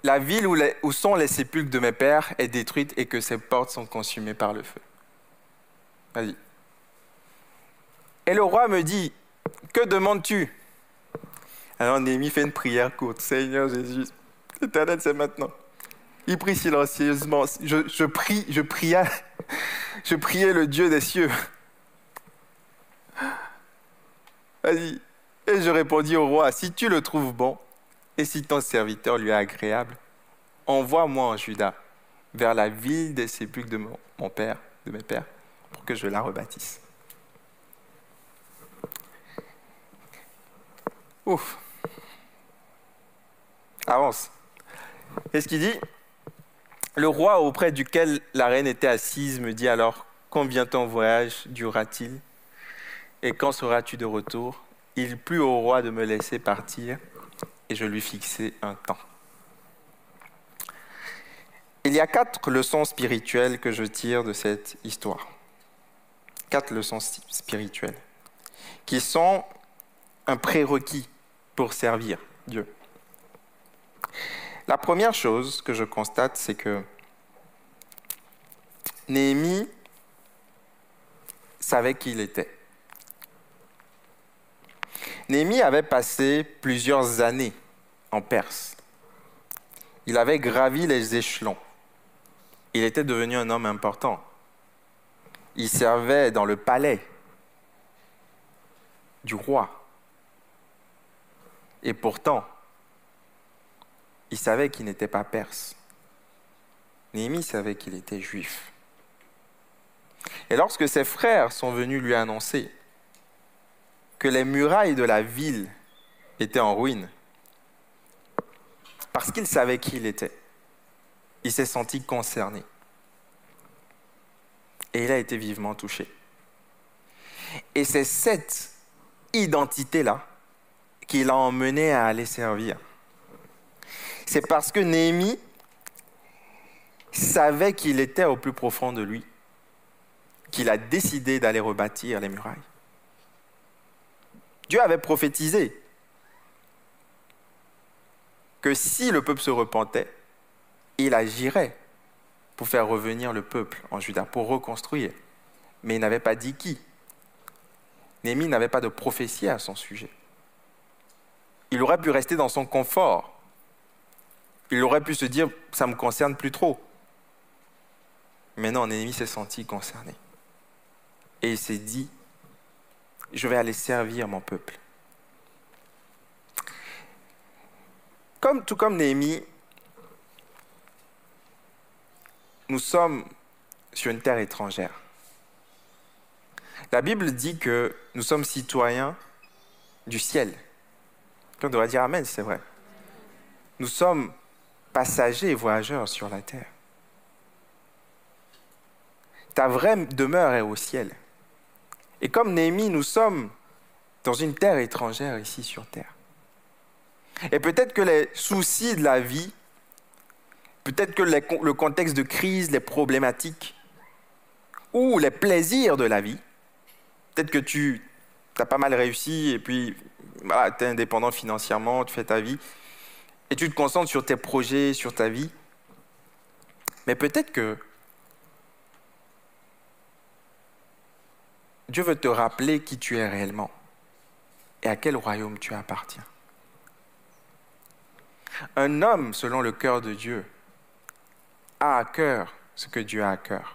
la ville où, les, où sont les sépulcres de mes pères est détruite et que ses portes sont consumées par le feu. Vas-y. Et le roi me dit, que demandes-tu? Alors Néhémie fait une prière courte. Seigneur Jésus, l'Éternel, c'est maintenant. Il prie silencieusement. Je, je prie, je priais, je priais le Dieu des cieux. Vas-y. Et je répondis au roi, si tu le trouves bon, et si ton serviteur lui est agréable, envoie-moi en Juda, vers la ville des sépulcres de mon, mon père, de mes pères, pour que je la rebâtisse. Ouf. Avance. Qu'est-ce qu'il dit? Le roi auprès duquel la reine était assise me dit alors, combien ton voyage durera-t-il? Et quand seras-tu de retour? Il plut au roi de me laisser partir et je lui fixai un temps. Il y a quatre leçons spirituelles que je tire de cette histoire. Quatre leçons spirituelles qui sont un prérequis pour servir Dieu. La première chose que je constate, c'est que Néhémie savait qui il était. Néhémie avait passé plusieurs années en Perse. Il avait gravi les échelons. Il était devenu un homme important. Il servait dans le palais du roi. Et pourtant, il savait qu'il n'était pas perse. Néhémie savait qu'il était juif. Et lorsque ses frères sont venus lui annoncer que les murailles de la ville étaient en ruine, parce qu'il savait qui il était, il s'est senti concerné. Et il a été vivement touché. Et c'est cette identité-là qui l'a emmené à aller servir. C'est parce que Néhémie savait qu'il était au plus profond de lui, qu'il a décidé d'aller rebâtir les murailles. Dieu avait prophétisé que si le peuple se repentait, il agirait pour faire revenir le peuple en Juda, pour reconstruire. Mais il n'avait pas dit qui. Néhémie n'avait pas de prophétie à son sujet. Il aurait pu rester dans son confort. Il aurait pu se dire, ça ne me concerne plus trop. Mais non, Néhémie s'est senti concerné. Et il s'est dit, je vais aller servir mon peuple. Comme, tout comme Néhémie, nous sommes sur une terre étrangère. La Bible dit que nous sommes citoyens du ciel. On devrait dire Amen, c'est vrai. Nous sommes passagers et voyageurs sur la terre. Ta vraie demeure est au ciel. Et comme Néhémie, nous sommes dans une terre étrangère ici sur terre. Et peut-être que les soucis de la vie, peut-être que les, le contexte de crise, les problématiques ou les plaisirs de la vie, peut-être que tu as pas mal réussi et puis voilà, tu es indépendant financièrement, tu fais ta vie et tu te concentres sur tes projets, sur ta vie. Mais peut-être que Dieu veut te rappeler qui tu es réellement et à quel royaume tu appartiens. Un homme, selon le cœur de Dieu, a à cœur ce que Dieu a à cœur.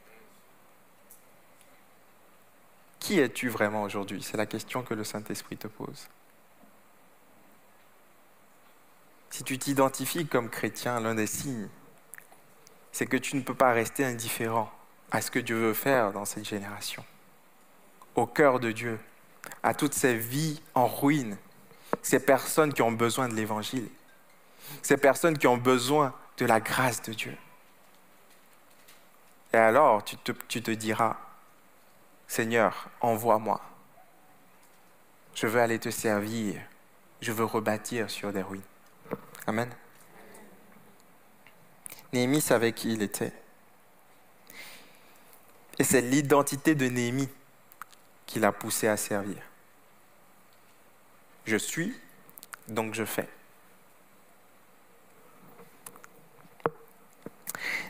Qui es-tu vraiment aujourd'hui? C'est la question que le Saint-Esprit te pose. Si tu t'identifies comme chrétien, l'un des signes, c'est que tu ne peux pas rester indifférent à ce que Dieu veut faire dans cette génération. Au cœur de Dieu, à toutes ces vies en ruine, ces personnes qui ont besoin de l'Évangile, ces personnes qui ont besoin de la grâce de Dieu. Et alors, tu te, tu te diras, Seigneur, envoie-moi. Je veux aller te servir. Je veux rebâtir sur des ruines. Amen. Néhémie savait qui il était. Et c'est l'identité de Néhémie qui l'a poussé à servir. Je suis, donc je fais.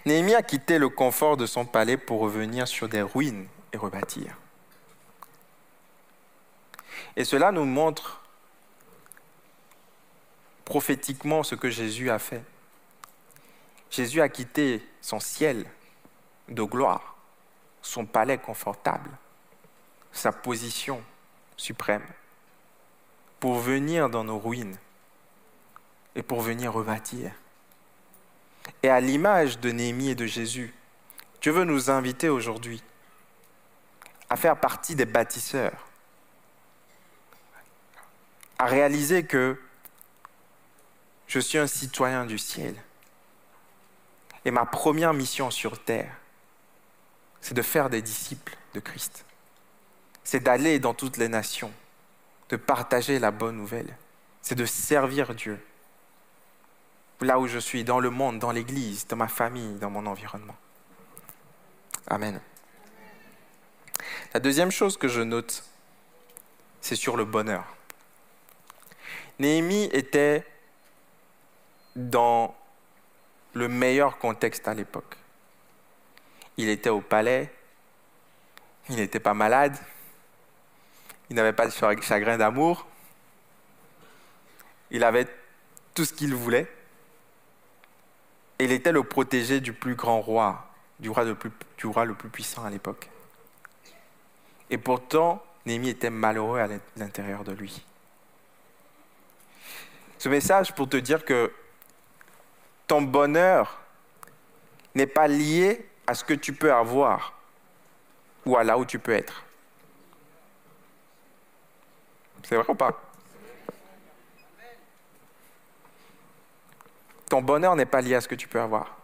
Néhémie a quitté le confort de son palais pour revenir sur des ruines et rebâtir. Et cela nous montre prophétiquement ce que Jésus a fait. Jésus a quitté son ciel de gloire, son palais confortable, sa position suprême, pour venir dans nos ruines et pour venir rebâtir. Et à l'image de Néhémie et de Jésus, Dieu veut nous inviter aujourd'hui à faire partie des bâtisseurs, à réaliser que je suis un citoyen du ciel. Et ma première mission sur terre, c'est de faire des disciples de Christ. C'est d'aller dans toutes les nations, de partager la bonne nouvelle. C'est de servir Dieu. Là où je suis, dans le monde, dans l'église, dans ma famille, dans mon environnement. Amen. La deuxième chose que je note, c'est sur le bonheur. Néhémie était dans le meilleur contexte à l'époque. Il était au palais, il n'était pas malade, il n'avait pas de chagrin d'amour, il avait tout ce qu'il voulait. Et il était le protégé du plus grand roi, du roi le plus, du roi le plus puissant à l'époque. Et pourtant, Néhémie était malheureux à l'intérieur de lui. Ce message pour te dire que ton bonheur n'est pas lié à ce que tu peux avoir ou à là où tu peux être. C'est vrai ou pas? Ton bonheur n'est pas lié à ce que tu peux avoir.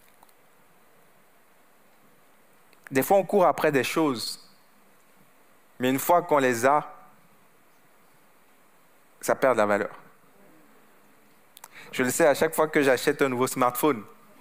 Des fois, on court après des choses, mais une fois qu'on les a, ça perd de la valeur. Je le sais, à chaque fois que j'achète un nouveau smartphone,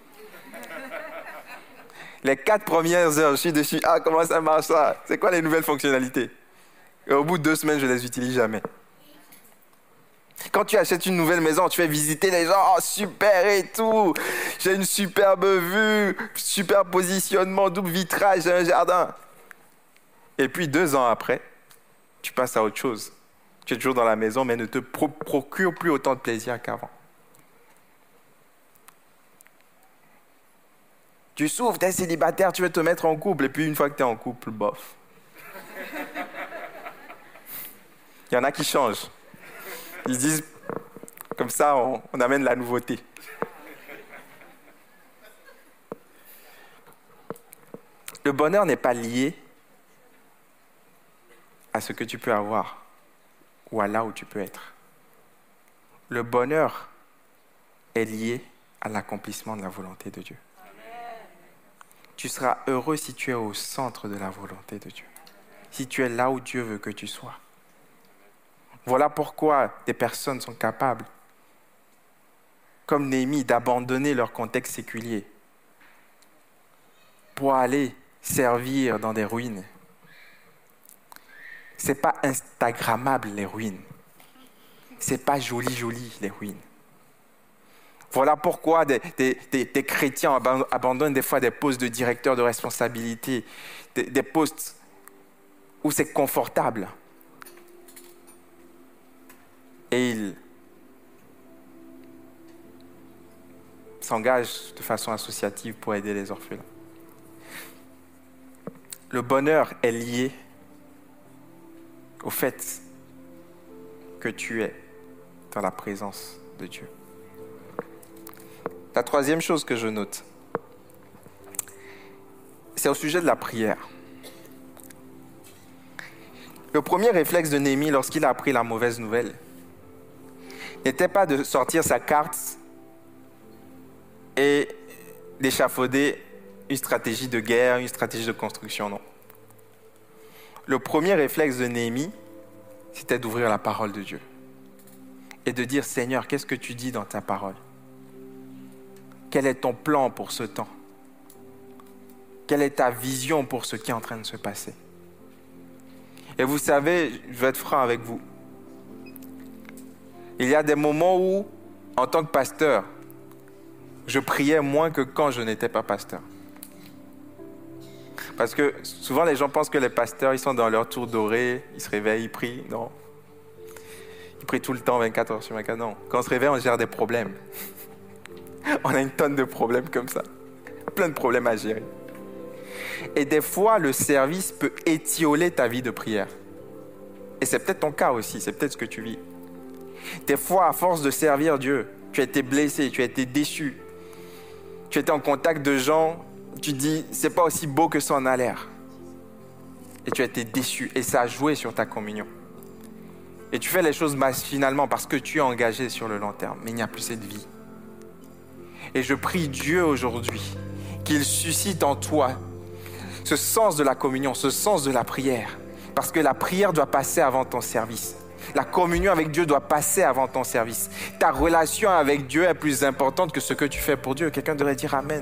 les quatre premières heures, je suis dessus. Ah, comment ça marche ça? C'est quoi les nouvelles fonctionnalités? Et au bout de deux semaines, je ne les utilise jamais. Quand tu achètes une nouvelle maison, tu fais visiter les gens, oh super et tout, j'ai une superbe vue, super positionnement, double vitrage, j'ai un jardin. Et puis deux ans après, tu passes à autre chose. Tu es toujours dans la maison, mais ne te pro- procure plus autant de plaisir qu'avant. Tu souffres, tu es célibataire, tu veux te mettre en couple, et puis une fois que tu es en couple, bof. Il y en a qui changent. Ils disent, comme ça, on, on amène la nouveauté. Le bonheur n'est pas lié à ce que tu peux avoir ou à là où tu peux être. Le bonheur est lié à l'accomplissement de la volonté de Dieu. Tu seras heureux si tu es au centre de la volonté de Dieu, si tu es là où Dieu veut que tu sois. Voilà pourquoi des personnes sont capables, comme Néhémie, d'abandonner leur contexte séculier pour aller servir dans des ruines. Ce n'est pas instagrammable, les ruines. Ce n'est pas joli, joli, les ruines. Voilà pourquoi des, des, des, des chrétiens abandonnent des fois des postes de directeur de responsabilité, des, des postes où c'est confortable. Et ils s'engagent de façon associative pour aider les orphelins. Le bonheur est lié au fait que tu es dans la présence de Dieu. La troisième chose que je note, c'est au sujet de la prière. Le premier réflexe de Néhémie lorsqu'il a appris la mauvaise nouvelle n'était pas de sortir sa carte et d'échafauder une stratégie de guerre, une stratégie de construction, non. Le premier réflexe de Néhémie, c'était d'ouvrir la parole de Dieu et de dire, Seigneur, qu'est-ce que tu dis dans ta parole? Quel est ton plan pour ce temps? Quelle est ta vision pour ce qui est en train de se passer? Et vous savez, je vais être franc avec vous. Il y a des moments où, en tant que pasteur, je priais moins que quand je n'étais pas pasteur. Parce que souvent, les gens pensent que les pasteurs, ils sont dans leur tour doré, ils se réveillent, ils prient. Non. Ils prient tout le temps, vingt-quatre heures sur vingt-quatre. Non. Quand on se réveille, on gère des problèmes. On a une tonne de problèmes comme ça. Plein de problèmes à gérer. Et des fois, le service peut étioler ta vie de prière. Et c'est peut-être ton cas aussi, c'est peut-être ce que tu vis. Des fois, à force de servir Dieu, tu as été blessé, tu as été déçu. Tu étais en contact de gens, tu te dis, c'est pas aussi beau que ça en a l'air. Et tu as été déçu, et ça a joué sur ta communion. Et tu fais les choses machinalement parce que tu es engagé sur le long terme, mais il n'y a plus cette vie. Et je prie Dieu aujourd'hui qu'il suscite en toi ce sens de la communion, ce sens de la prière. Parce que la prière doit passer avant ton service. La communion avec Dieu doit passer avant ton service. Ta relation avec Dieu est plus importante que ce que tu fais pour Dieu. Quelqu'un devrait dire Amen.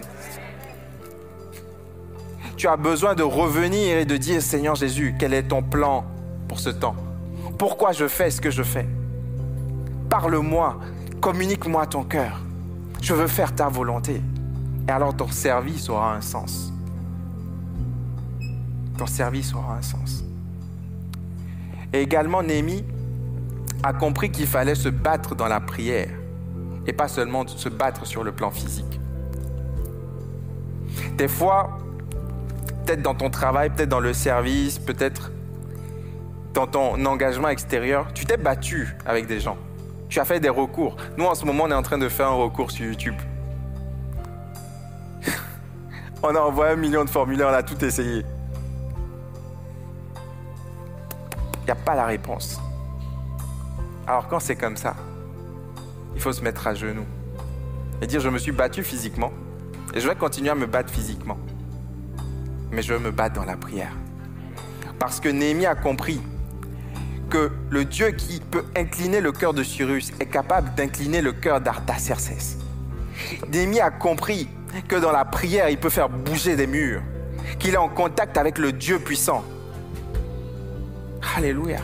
Tu as besoin de revenir et de dire, Seigneur Jésus, quel est ton plan pour ce temps? Pourquoi je fais ce que je fais? Parle-moi, communique-moi ton cœur. Je veux faire ta volonté. Et alors ton service aura un sens. Ton service aura un sens. Et également, Néhémie a compris qu'il fallait se battre dans la prière et pas seulement se battre sur le plan physique. Des fois, peut-être dans ton travail, peut-être dans le service, peut-être dans ton engagement extérieur, tu t'es battu avec des gens. Tu as fait des recours. Nous, en ce moment, on est en train de faire un recours sur YouTube. On a envoyé un million de formulaires, on a tout essayé. Il n'y a pas la réponse. Alors quand c'est comme ça, il faut se mettre à genoux et dire, je me suis battu physiquement et je vais continuer à me battre physiquement. Mais je veux me battre dans la prière. Parce que Néhémie a compris que le Dieu qui peut incliner le cœur de Cyrus est capable d'incliner le cœur d'Artaxerxès. Néhémie a compris que dans la prière, il peut faire bouger des murs, qu'il est en contact avec le Dieu puissant. Alléluia.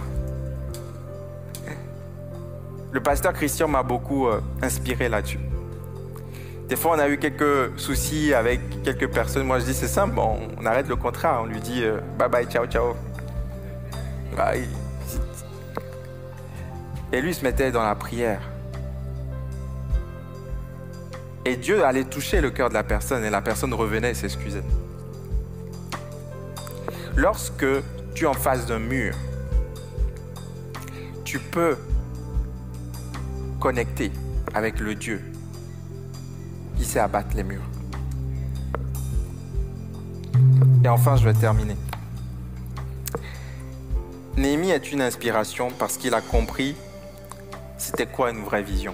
Le pasteur Christian m'a beaucoup euh, inspiré là-dessus. Des fois, on a eu quelques soucis avec quelques personnes. Moi, je dis, c'est simple, bon, on arrête le contrat. On lui dit, euh, bye bye, ciao, ciao. Bye. Et lui se mettait dans la prière. Et Dieu allait toucher le cœur de la personne et la personne revenait et s'excusait. Lorsque tu es en face d'un mur, tu peux connecter avec le Dieu qui sait abattre les murs. Et enfin, je vais terminer. Néhémie est une inspiration parce qu'il a compris c'était quoi une vraie vision.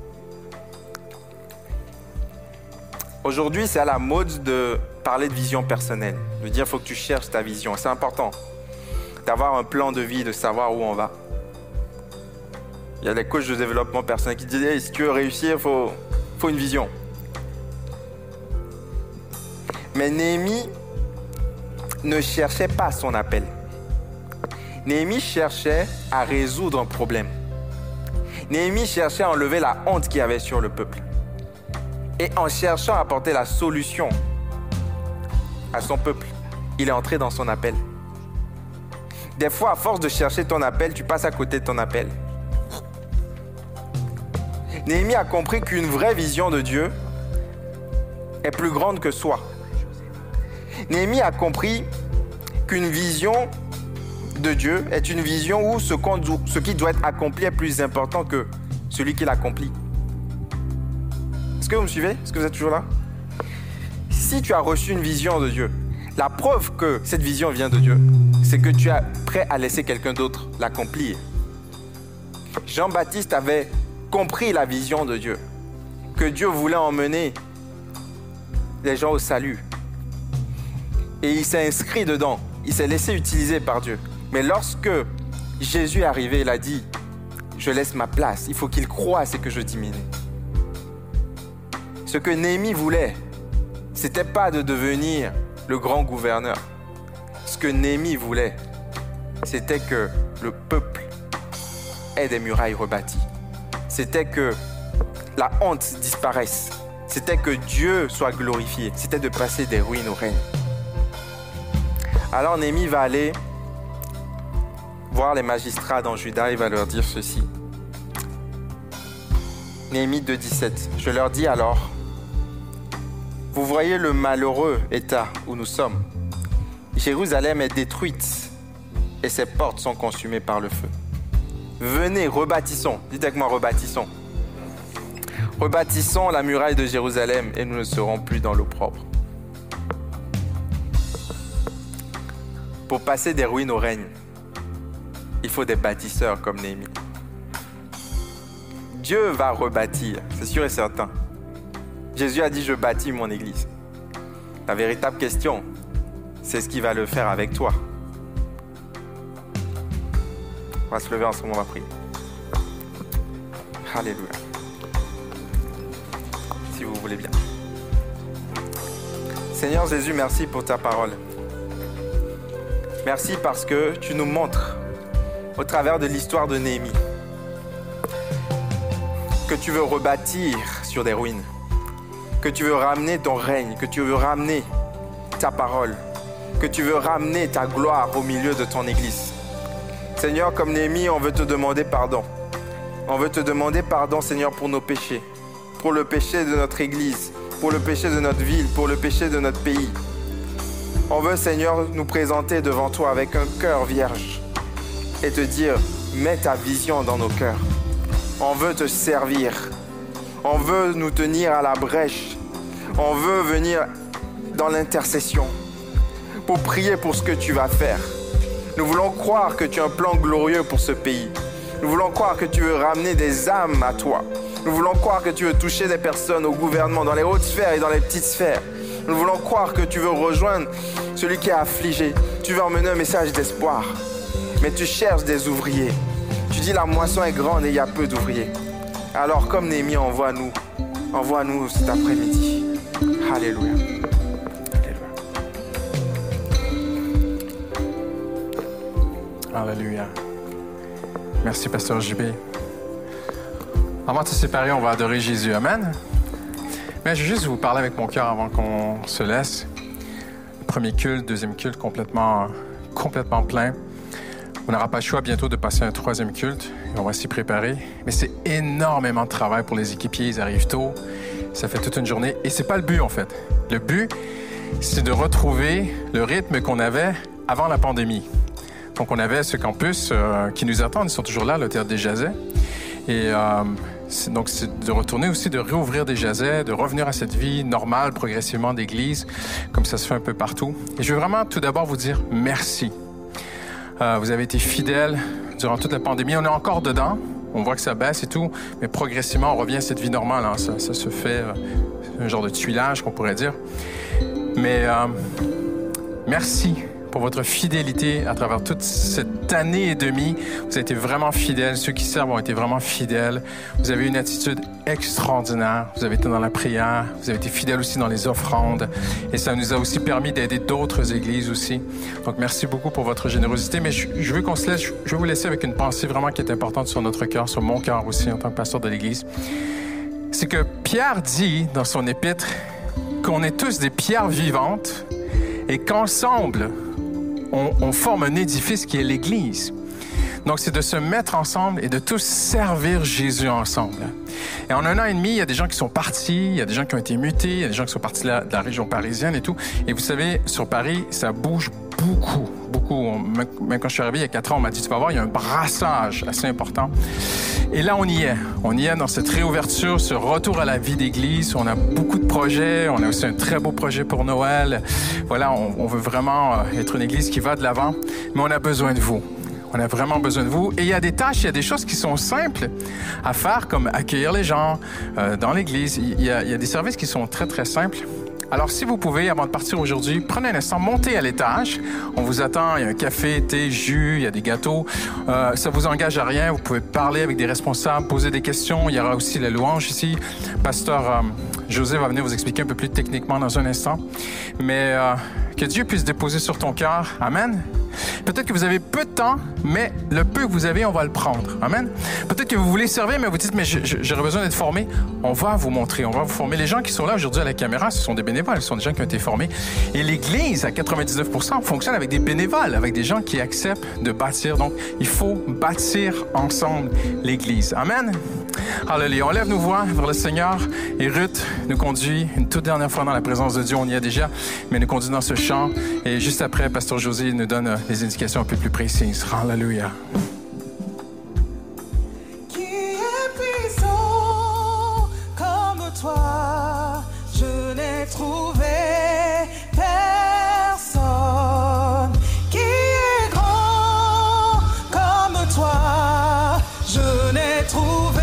Aujourd'hui, c'est à la mode de parler de vision personnelle, de dire qu'il faut que tu cherches ta vision. C'est important d'avoir un plan de vie, de savoir où on va. Il y a des coachs de développement personnel qui disent hey, si tu veux réussir, il faut, faut une vision. Mais Néhémie ne cherchait pas son appel. Néhémie cherchait à résoudre un problème. Néhémie cherchait à enlever la honte qu'il y avait sur le peuple. Et en cherchant à apporter la solution à son peuple, il est entré dans son appel. Des fois, à force de chercher ton appel, tu passes à côté de ton appel. Néhémie a compris qu'une vraie vision de Dieu est plus grande que soi. Néhémie a compris qu'une vision de Dieu est une vision où ce, ce qui doit être accompli est plus important que celui qui l'accomplit. Est-ce que vous me suivez? Est-ce que vous êtes toujours là? Si tu as reçu une vision de Dieu, la preuve que cette vision vient de Dieu, c'est que tu es prêt à laisser quelqu'un d'autre l'accomplir. Jean-Baptiste avait compris la vision de Dieu, que Dieu voulait emmener les gens au salut. Et il s'est inscrit dedans, il s'est laissé utiliser par Dieu. Mais lorsque Jésus est arrivé, il a dit, je laisse ma place, il faut qu'il croisse et que je diminue. Ce que Néhémie voulait, ce n'était pas de devenir le grand gouverneur. Ce que Néhémie voulait, c'était que le peuple ait des murailles rebâties. C'était que la honte disparaisse. C'était que Dieu soit glorifié. C'était de passer des ruines au règne. Alors Néhémie va aller voir les magistrats dans Juda et va leur dire ceci. Néhémie deux, dix-sept. Je leur dis alors, vous voyez le malheureux état où nous sommes. Jérusalem est détruite et ses portes sont consumées par le feu. Venez, rebâtissons. Dites avec moi, rebâtissons. Rebâtissons la muraille de Jérusalem et nous ne serons plus dans l'opprobre. Pour passer des ruines au règne, il faut des bâtisseurs comme Néhémie. Dieu va rebâtir, c'est sûr et certain. Jésus a dit, je bâtis mon église. La véritable question, c'est ce qu'il va le faire avec toi. On va se lever en ce moment à prier. Alléluia. Si vous voulez bien. Seigneur Jésus, merci pour ta parole. Merci parce que tu nous montres, au travers de l'histoire de Néhémie, que tu veux rebâtir sur des ruines, que tu veux ramener ton règne, que tu veux ramener ta parole, que tu veux ramener ta gloire au milieu de ton Église. Seigneur, comme Néhémie, on veut te demander pardon. On veut te demander pardon, Seigneur, pour nos péchés, pour le péché de notre Église, pour le péché de notre ville, pour le péché de notre pays. On veut, Seigneur, nous présenter devant toi avec un cœur vierge et te dire, mets ta vision dans nos cœurs. On veut te servir. On veut nous tenir à la brèche. On veut venir dans l'intercession pour prier pour ce que tu vas faire. Nous voulons croire que tu as un plan glorieux pour ce pays. Nous voulons croire que tu veux ramener des âmes à toi. Nous voulons croire que tu veux toucher des personnes au gouvernement, dans les hautes sphères et dans les petites sphères. Nous voulons croire que tu veux rejoindre celui qui est affligé. Tu veux emmener un message d'espoir. Mais tu cherches des ouvriers. Tu dis la moisson est grande et il y a peu d'ouvriers. Alors comme Néhémie, envoie-nous. Envoie-nous cet après-midi. Alléluia. Alléluia. Alléluia. Merci, Pasteur J B. Avant de se séparer, on va adorer Jésus. Amen. Mais je vais juste vous parler avec mon cœur avant qu'on se laisse. Premier culte, deuxième culte, complètement, complètement plein. On n'aura pas le choix bientôt de passer un troisième culte. Et on va s'y préparer. Mais c'est énormément de travail pour les équipiers. Ils arrivent tôt. Ça fait toute une journée. Et c'est pas le but, en fait. Le but, c'est de retrouver le rythme qu'on avait avant la pandémie. Donc, on avait ce campus euh, qui nous attend. Ils sont toujours là, le Théâtre des Jazets. Et euh, c'est, donc, c'est de retourner aussi, de réouvrir des Jazets, de revenir à cette vie normale, progressivement d'église, comme ça se fait un peu partout. Et je veux vraiment tout d'abord vous dire merci. Euh, vous avez été fidèles durant toute la pandémie. On est encore dedans. On voit que ça baisse et tout. Mais progressivement, on revient à cette vie normale. Hein. Ça, ça se fait euh, un genre de tuilage, qu'on pourrait dire. Mais euh, merci pour votre fidélité à travers toute cette année et demie. Vous avez été vraiment fidèles. Ceux qui servent ont été vraiment fidèles. Vous avez une attitude extraordinaire. Vous avez été dans la prière. Vous avez été fidèles aussi dans les offrandes. Et ça nous a aussi permis d'aider d'autres églises aussi. Donc, merci beaucoup pour votre générosité. Mais je, je veux qu'on se laisse, je veux vous laisser avec une pensée vraiment qui est importante sur notre cœur, sur mon cœur aussi en tant que pasteur de l'église. C'est que Pierre dit dans son épître qu'on est tous des pierres vivantes et qu'ensemble, On, on forme un édifice qui est l'Église. Donc, c'est de se mettre ensemble et de tous servir Jésus ensemble. Et en un an et demi, il y a des gens qui sont partis, il y a des gens qui ont été mutés, il y a des gens qui sont partis de la, de la région parisienne et tout. Et vous savez, sur Paris, ça bouge beaucoup, beaucoup. On, même quand je suis arrivé il y a quatre ans, on m'a dit, tu vas voir, il y a un brassage assez important. Et là, on y est. On y est dans cette réouverture, ce retour à la vie d'église. On a beaucoup de projets. On a aussi un très beau projet pour Noël. Voilà, on, on veut vraiment être une église qui va de l'avant. Mais on a besoin de vous. On a vraiment besoin de vous. Et il y a des tâches, il y a des choses qui sont simples à faire, comme accueillir les gens euh, dans l'église. Il y a, il y a des services qui sont très, très simples. Alors, si vous pouvez, avant de partir aujourd'hui, prenez un instant, montez à l'étage. On vous attend, il y a un café, thé, jus, il y a des gâteaux. Euh, ça vous engage à rien. Vous pouvez parler avec des responsables, poser des questions. Il y aura aussi la louange ici. Pasteur euh, José va venir vous expliquer un peu plus techniquement dans un instant. Mais euh, que Dieu puisse déposer sur ton cœur. Amen. Peut-être que vous avez peu de temps, mais le peu que vous avez, on va le prendre. Amen. Peut-être que vous voulez servir, mais vous dites, mais j'aurais besoin d'être formé. On va vous montrer, on va vous former. Les gens qui sont là aujourd'hui à la caméra, ce sont des bénévoles, ce sont des gens qui ont été formés. Et l'Église, à quatre-vingt-dix-neuf pour cent, fonctionne avec des bénévoles, avec des gens qui acceptent de bâtir. Donc, il faut bâtir ensemble l'Église. Amen. Alléluia. On lève nos voix vers le Seigneur et Ruth nous conduit une toute dernière fois dans la présence de Dieu. On y est déjà, mais nous conduit dans ce chant. Et juste après, Pasteur José nous donne des indications un peu plus précises. Alléluia. Qui est puissant comme toi? Je n'ai trouvé personne. Qui est grand comme toi? Je n'ai trouvé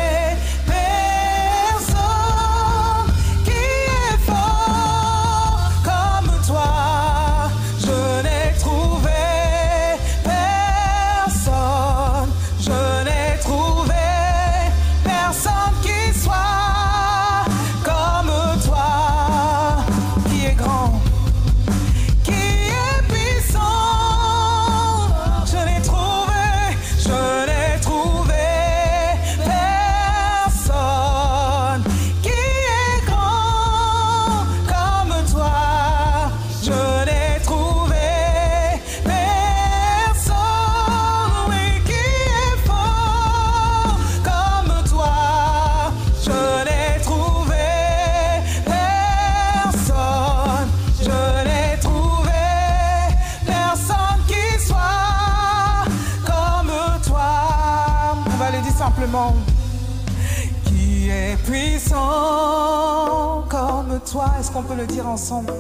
qui est puissant comme toi. Est-ce qu'on peut le dire ensemble?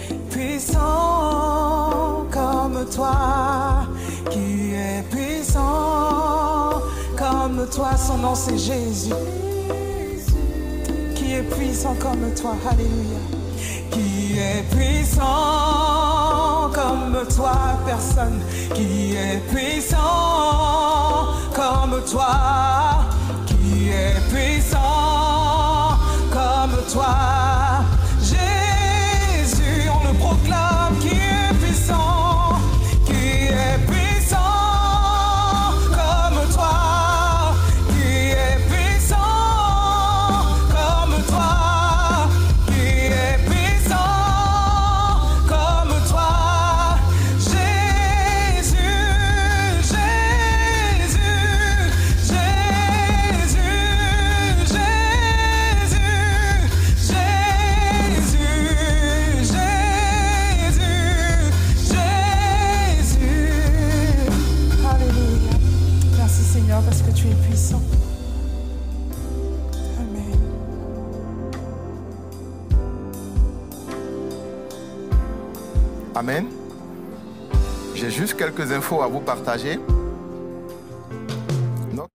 Puissant comme toi, qui est puissant comme toi. Son nom c'est Jésus. Qui est puissant comme toi. Alléluia. Qui est puissant comme toi. Personne qui est puissant comme toi. Qui est puissant comme toi. Jésus, on le proclame. Qui est puissant, qui est puissant comme toi. Qui est puissant comme toi. Qui est puissant comme toi. Jésus, Jésus, Jésus, parce que tu es puissant. Amen. Amen. J'ai juste quelques infos à vous partager. Non.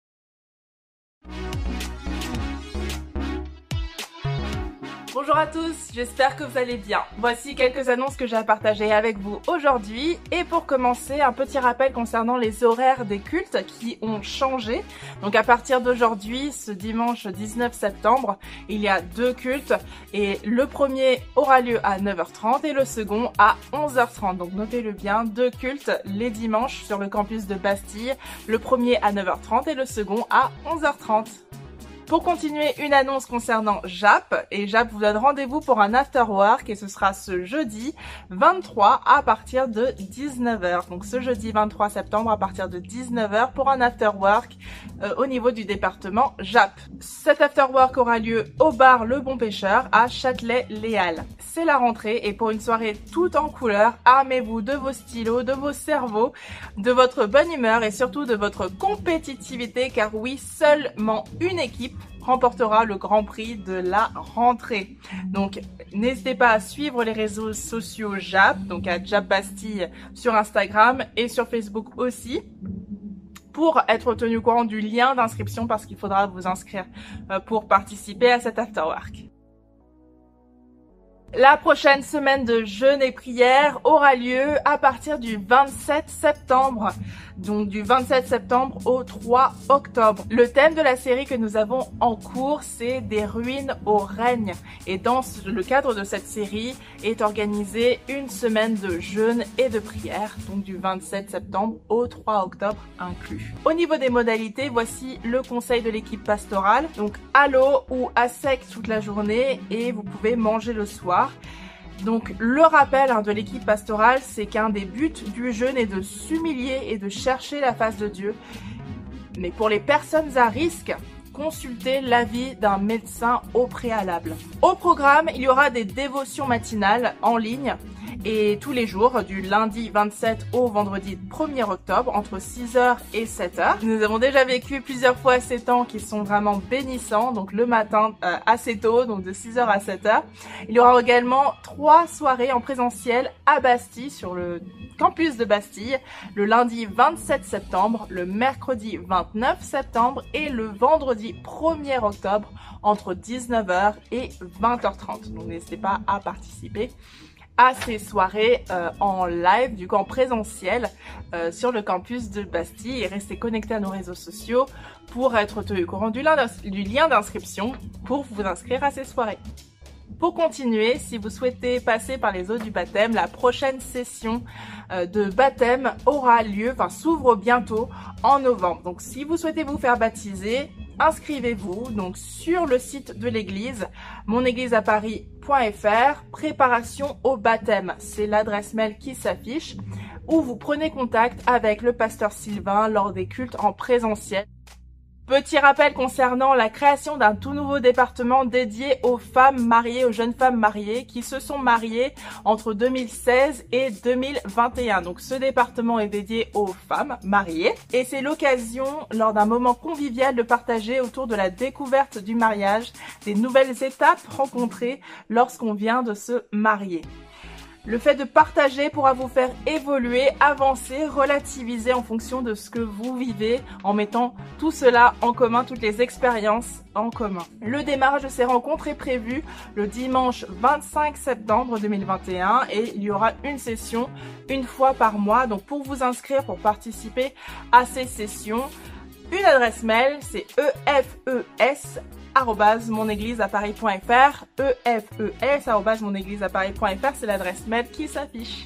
Bonjour à tous, j'espère que vous allez bien. Voici quelques annonces que j'ai à partager avec vous aujourd'hui. Et pour commencer, un petit rappel concernant les horaires des cultes qui ont changé. Donc à partir d'aujourd'hui, ce dimanche dix-neuf septembre, il y a deux cultes. Et le premier aura lieu à neuf heures trente et le second à onze heures trente. Donc notez-le bien, deux cultes les dimanches sur le campus de Bastille. Le premier à neuf heures trente et le second à onze heures trente. Pour continuer, une annonce concernant J A P, et J A P vous donne rendez-vous pour un afterwork et ce sera ce jeudi vingt-trois à partir de dix-neuf heures. Donc ce jeudi vingt-trois septembre à partir de dix-neuf heures pour un afterwork euh, au niveau du département J A P. Cet afterwork aura lieu au bar Le Bon Pêcheur à Châtelet-Les Halles. C'est la rentrée et pour une soirée toute en couleur, armez-vous de vos stylos, de vos cerveaux, de votre bonne humeur et surtout de votre compétitivité car oui, seulement une équipe remportera le grand prix de la rentrée. Donc n'hésitez pas à suivre les réseaux sociaux J A P, donc à J A P Bastille sur Instagram et sur Facebook aussi, pour être tenu au courant du lien d'inscription parce qu'il faudra vous inscrire pour participer à cet afterwork. La prochaine semaine de jeûne et prière aura lieu à partir du vingt-sept septembre. Donc du vingt-sept septembre au trois octobre. Le thème de la série que nous avons en cours, c'est des ruines au règne. Et dans le cadre de cette série est organisée une semaine de jeûne et de prière, donc du vingt-sept septembre au trois octobre inclus. Au niveau des modalités, voici le conseil de l'équipe pastorale. Donc à l'eau ou à sec toute la journée et vous pouvez manger le soir. Donc le rappel hein, de l'équipe pastorale, c'est qu'un des buts du jeûne est de s'humilier et de chercher la face de Dieu. Mais pour les personnes à risque, consultez l'avis d'un médecin au préalable. Au programme, il y aura des dévotions matinales en ligne et tous les jours, du lundi vingt-sept au vendredi premier octobre, entre six heures et sept heures. Nous avons déjà vécu plusieurs fois ces temps qui sont vraiment bénissants, donc le matin euh, assez tôt, donc de six heures à sept heures. Il y aura également trois soirées en présentiel à Bastille, sur le campus de Bastille, le lundi vingt-sept septembre, le mercredi vingt-neuf septembre et le vendredi premier octobre, entre dix-neuf heures et vingt heures trente. Donc n'hésitez pas à participer à ces soirées euh, en live, du coup en présentiel, euh, sur le campus de Bastille, et restez connectés à nos réseaux sociaux pour être tenus au courant du lien d'inscription pour vous inscrire à ces soirées. Pour continuer, si vous souhaitez passer par les eaux du baptême, la prochaine session euh, de baptême aura lieu, enfin s'ouvre bientôt en novembre. Donc si vous souhaitez vous faire baptiser, inscrivez-vous donc sur le site de l'église, mon église à paris point f r, préparation au baptême. C'est l'adresse mail qui s'affiche, où vous prenez contact avec le pasteur Sylvain lors des cultes en présentiel. Petit rappel concernant la création d'un tout nouveau département dédié aux femmes mariées, aux jeunes femmes mariées qui se sont mariées entre deux mille seize et deux mille vingt et un. Donc ce département est dédié aux femmes mariées et c'est l'occasion lors d'un moment convivial de partager autour de la découverte du mariage, des nouvelles étapes rencontrées lorsqu'on vient de se marier. Le fait de partager pourra vous faire évoluer, avancer, relativiser en fonction de ce que vous vivez, en mettant tout cela en commun, toutes les expériences en commun. Le démarrage de ces rencontres est prévu le dimanche vingt-cinq septembre deux mille vingt et un et il y aura une session une fois par mois. Donc pour vous inscrire, pour participer à ces sessions, une adresse mail, c'est e f e s arobase mon église à paris point f r, e f e s arobase mon église à paris point f r, c'est l'adresse mail qui s'affiche.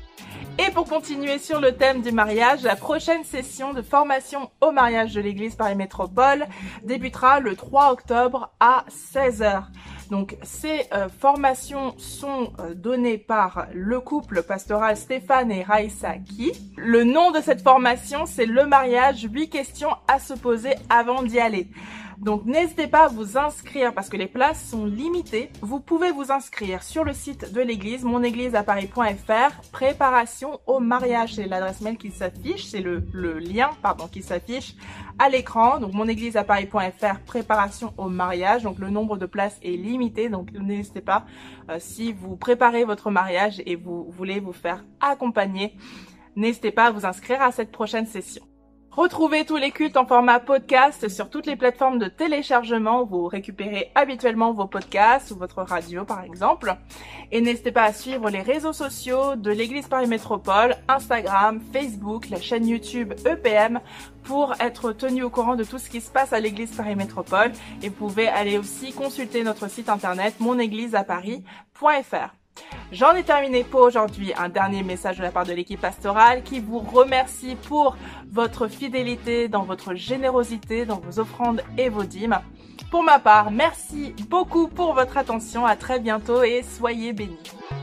Et pour continuer sur le thème du mariage, la prochaine session de formation au mariage de l'église Paris Métropole débutera le trois octobre à seize heures. Donc ces euh, formations sont euh, données par le couple pastoral Stéphane et Raïssa Ki. Le nom de cette formation, c'est le mariage, huit questions à se poser avant d'y aller. Donc n'hésitez pas à vous inscrire parce que les places sont limitées. Vous pouvez vous inscrire sur le site de l'église, mon église à paris point f r, préparation au mariage. C'est l'adresse mail qui s'affiche, c'est le, le lien pardon qui s'affiche à l'écran. Donc mon église à paris point f r, préparation au mariage. Donc le nombre de places est limité, donc n'hésitez pas euh, si vous préparez votre mariage et vous voulez vous faire accompagner, n'hésitez pas à vous inscrire à cette prochaine session. Retrouvez tous les cultes en format podcast sur toutes les plateformes de téléchargement où vous récupérez habituellement vos podcasts ou votre radio par exemple. Et n'hésitez pas à suivre les réseaux sociaux de l'Église Paris Métropole, Instagram, Facebook, la chaîne YouTube E P M pour être tenu au courant de tout ce qui se passe à l'Église Paris Métropole. Et vous pouvez aller aussi consulter notre site internet mon église à paris point f r. J'en ai terminé pour aujourd'hui. Un dernier message de la part de l'équipe pastorale qui vous remercie pour votre fidélité, dans votre générosité, dans vos offrandes et vos dîmes. Pour ma part, merci beaucoup pour votre attention. À très bientôt et soyez bénis.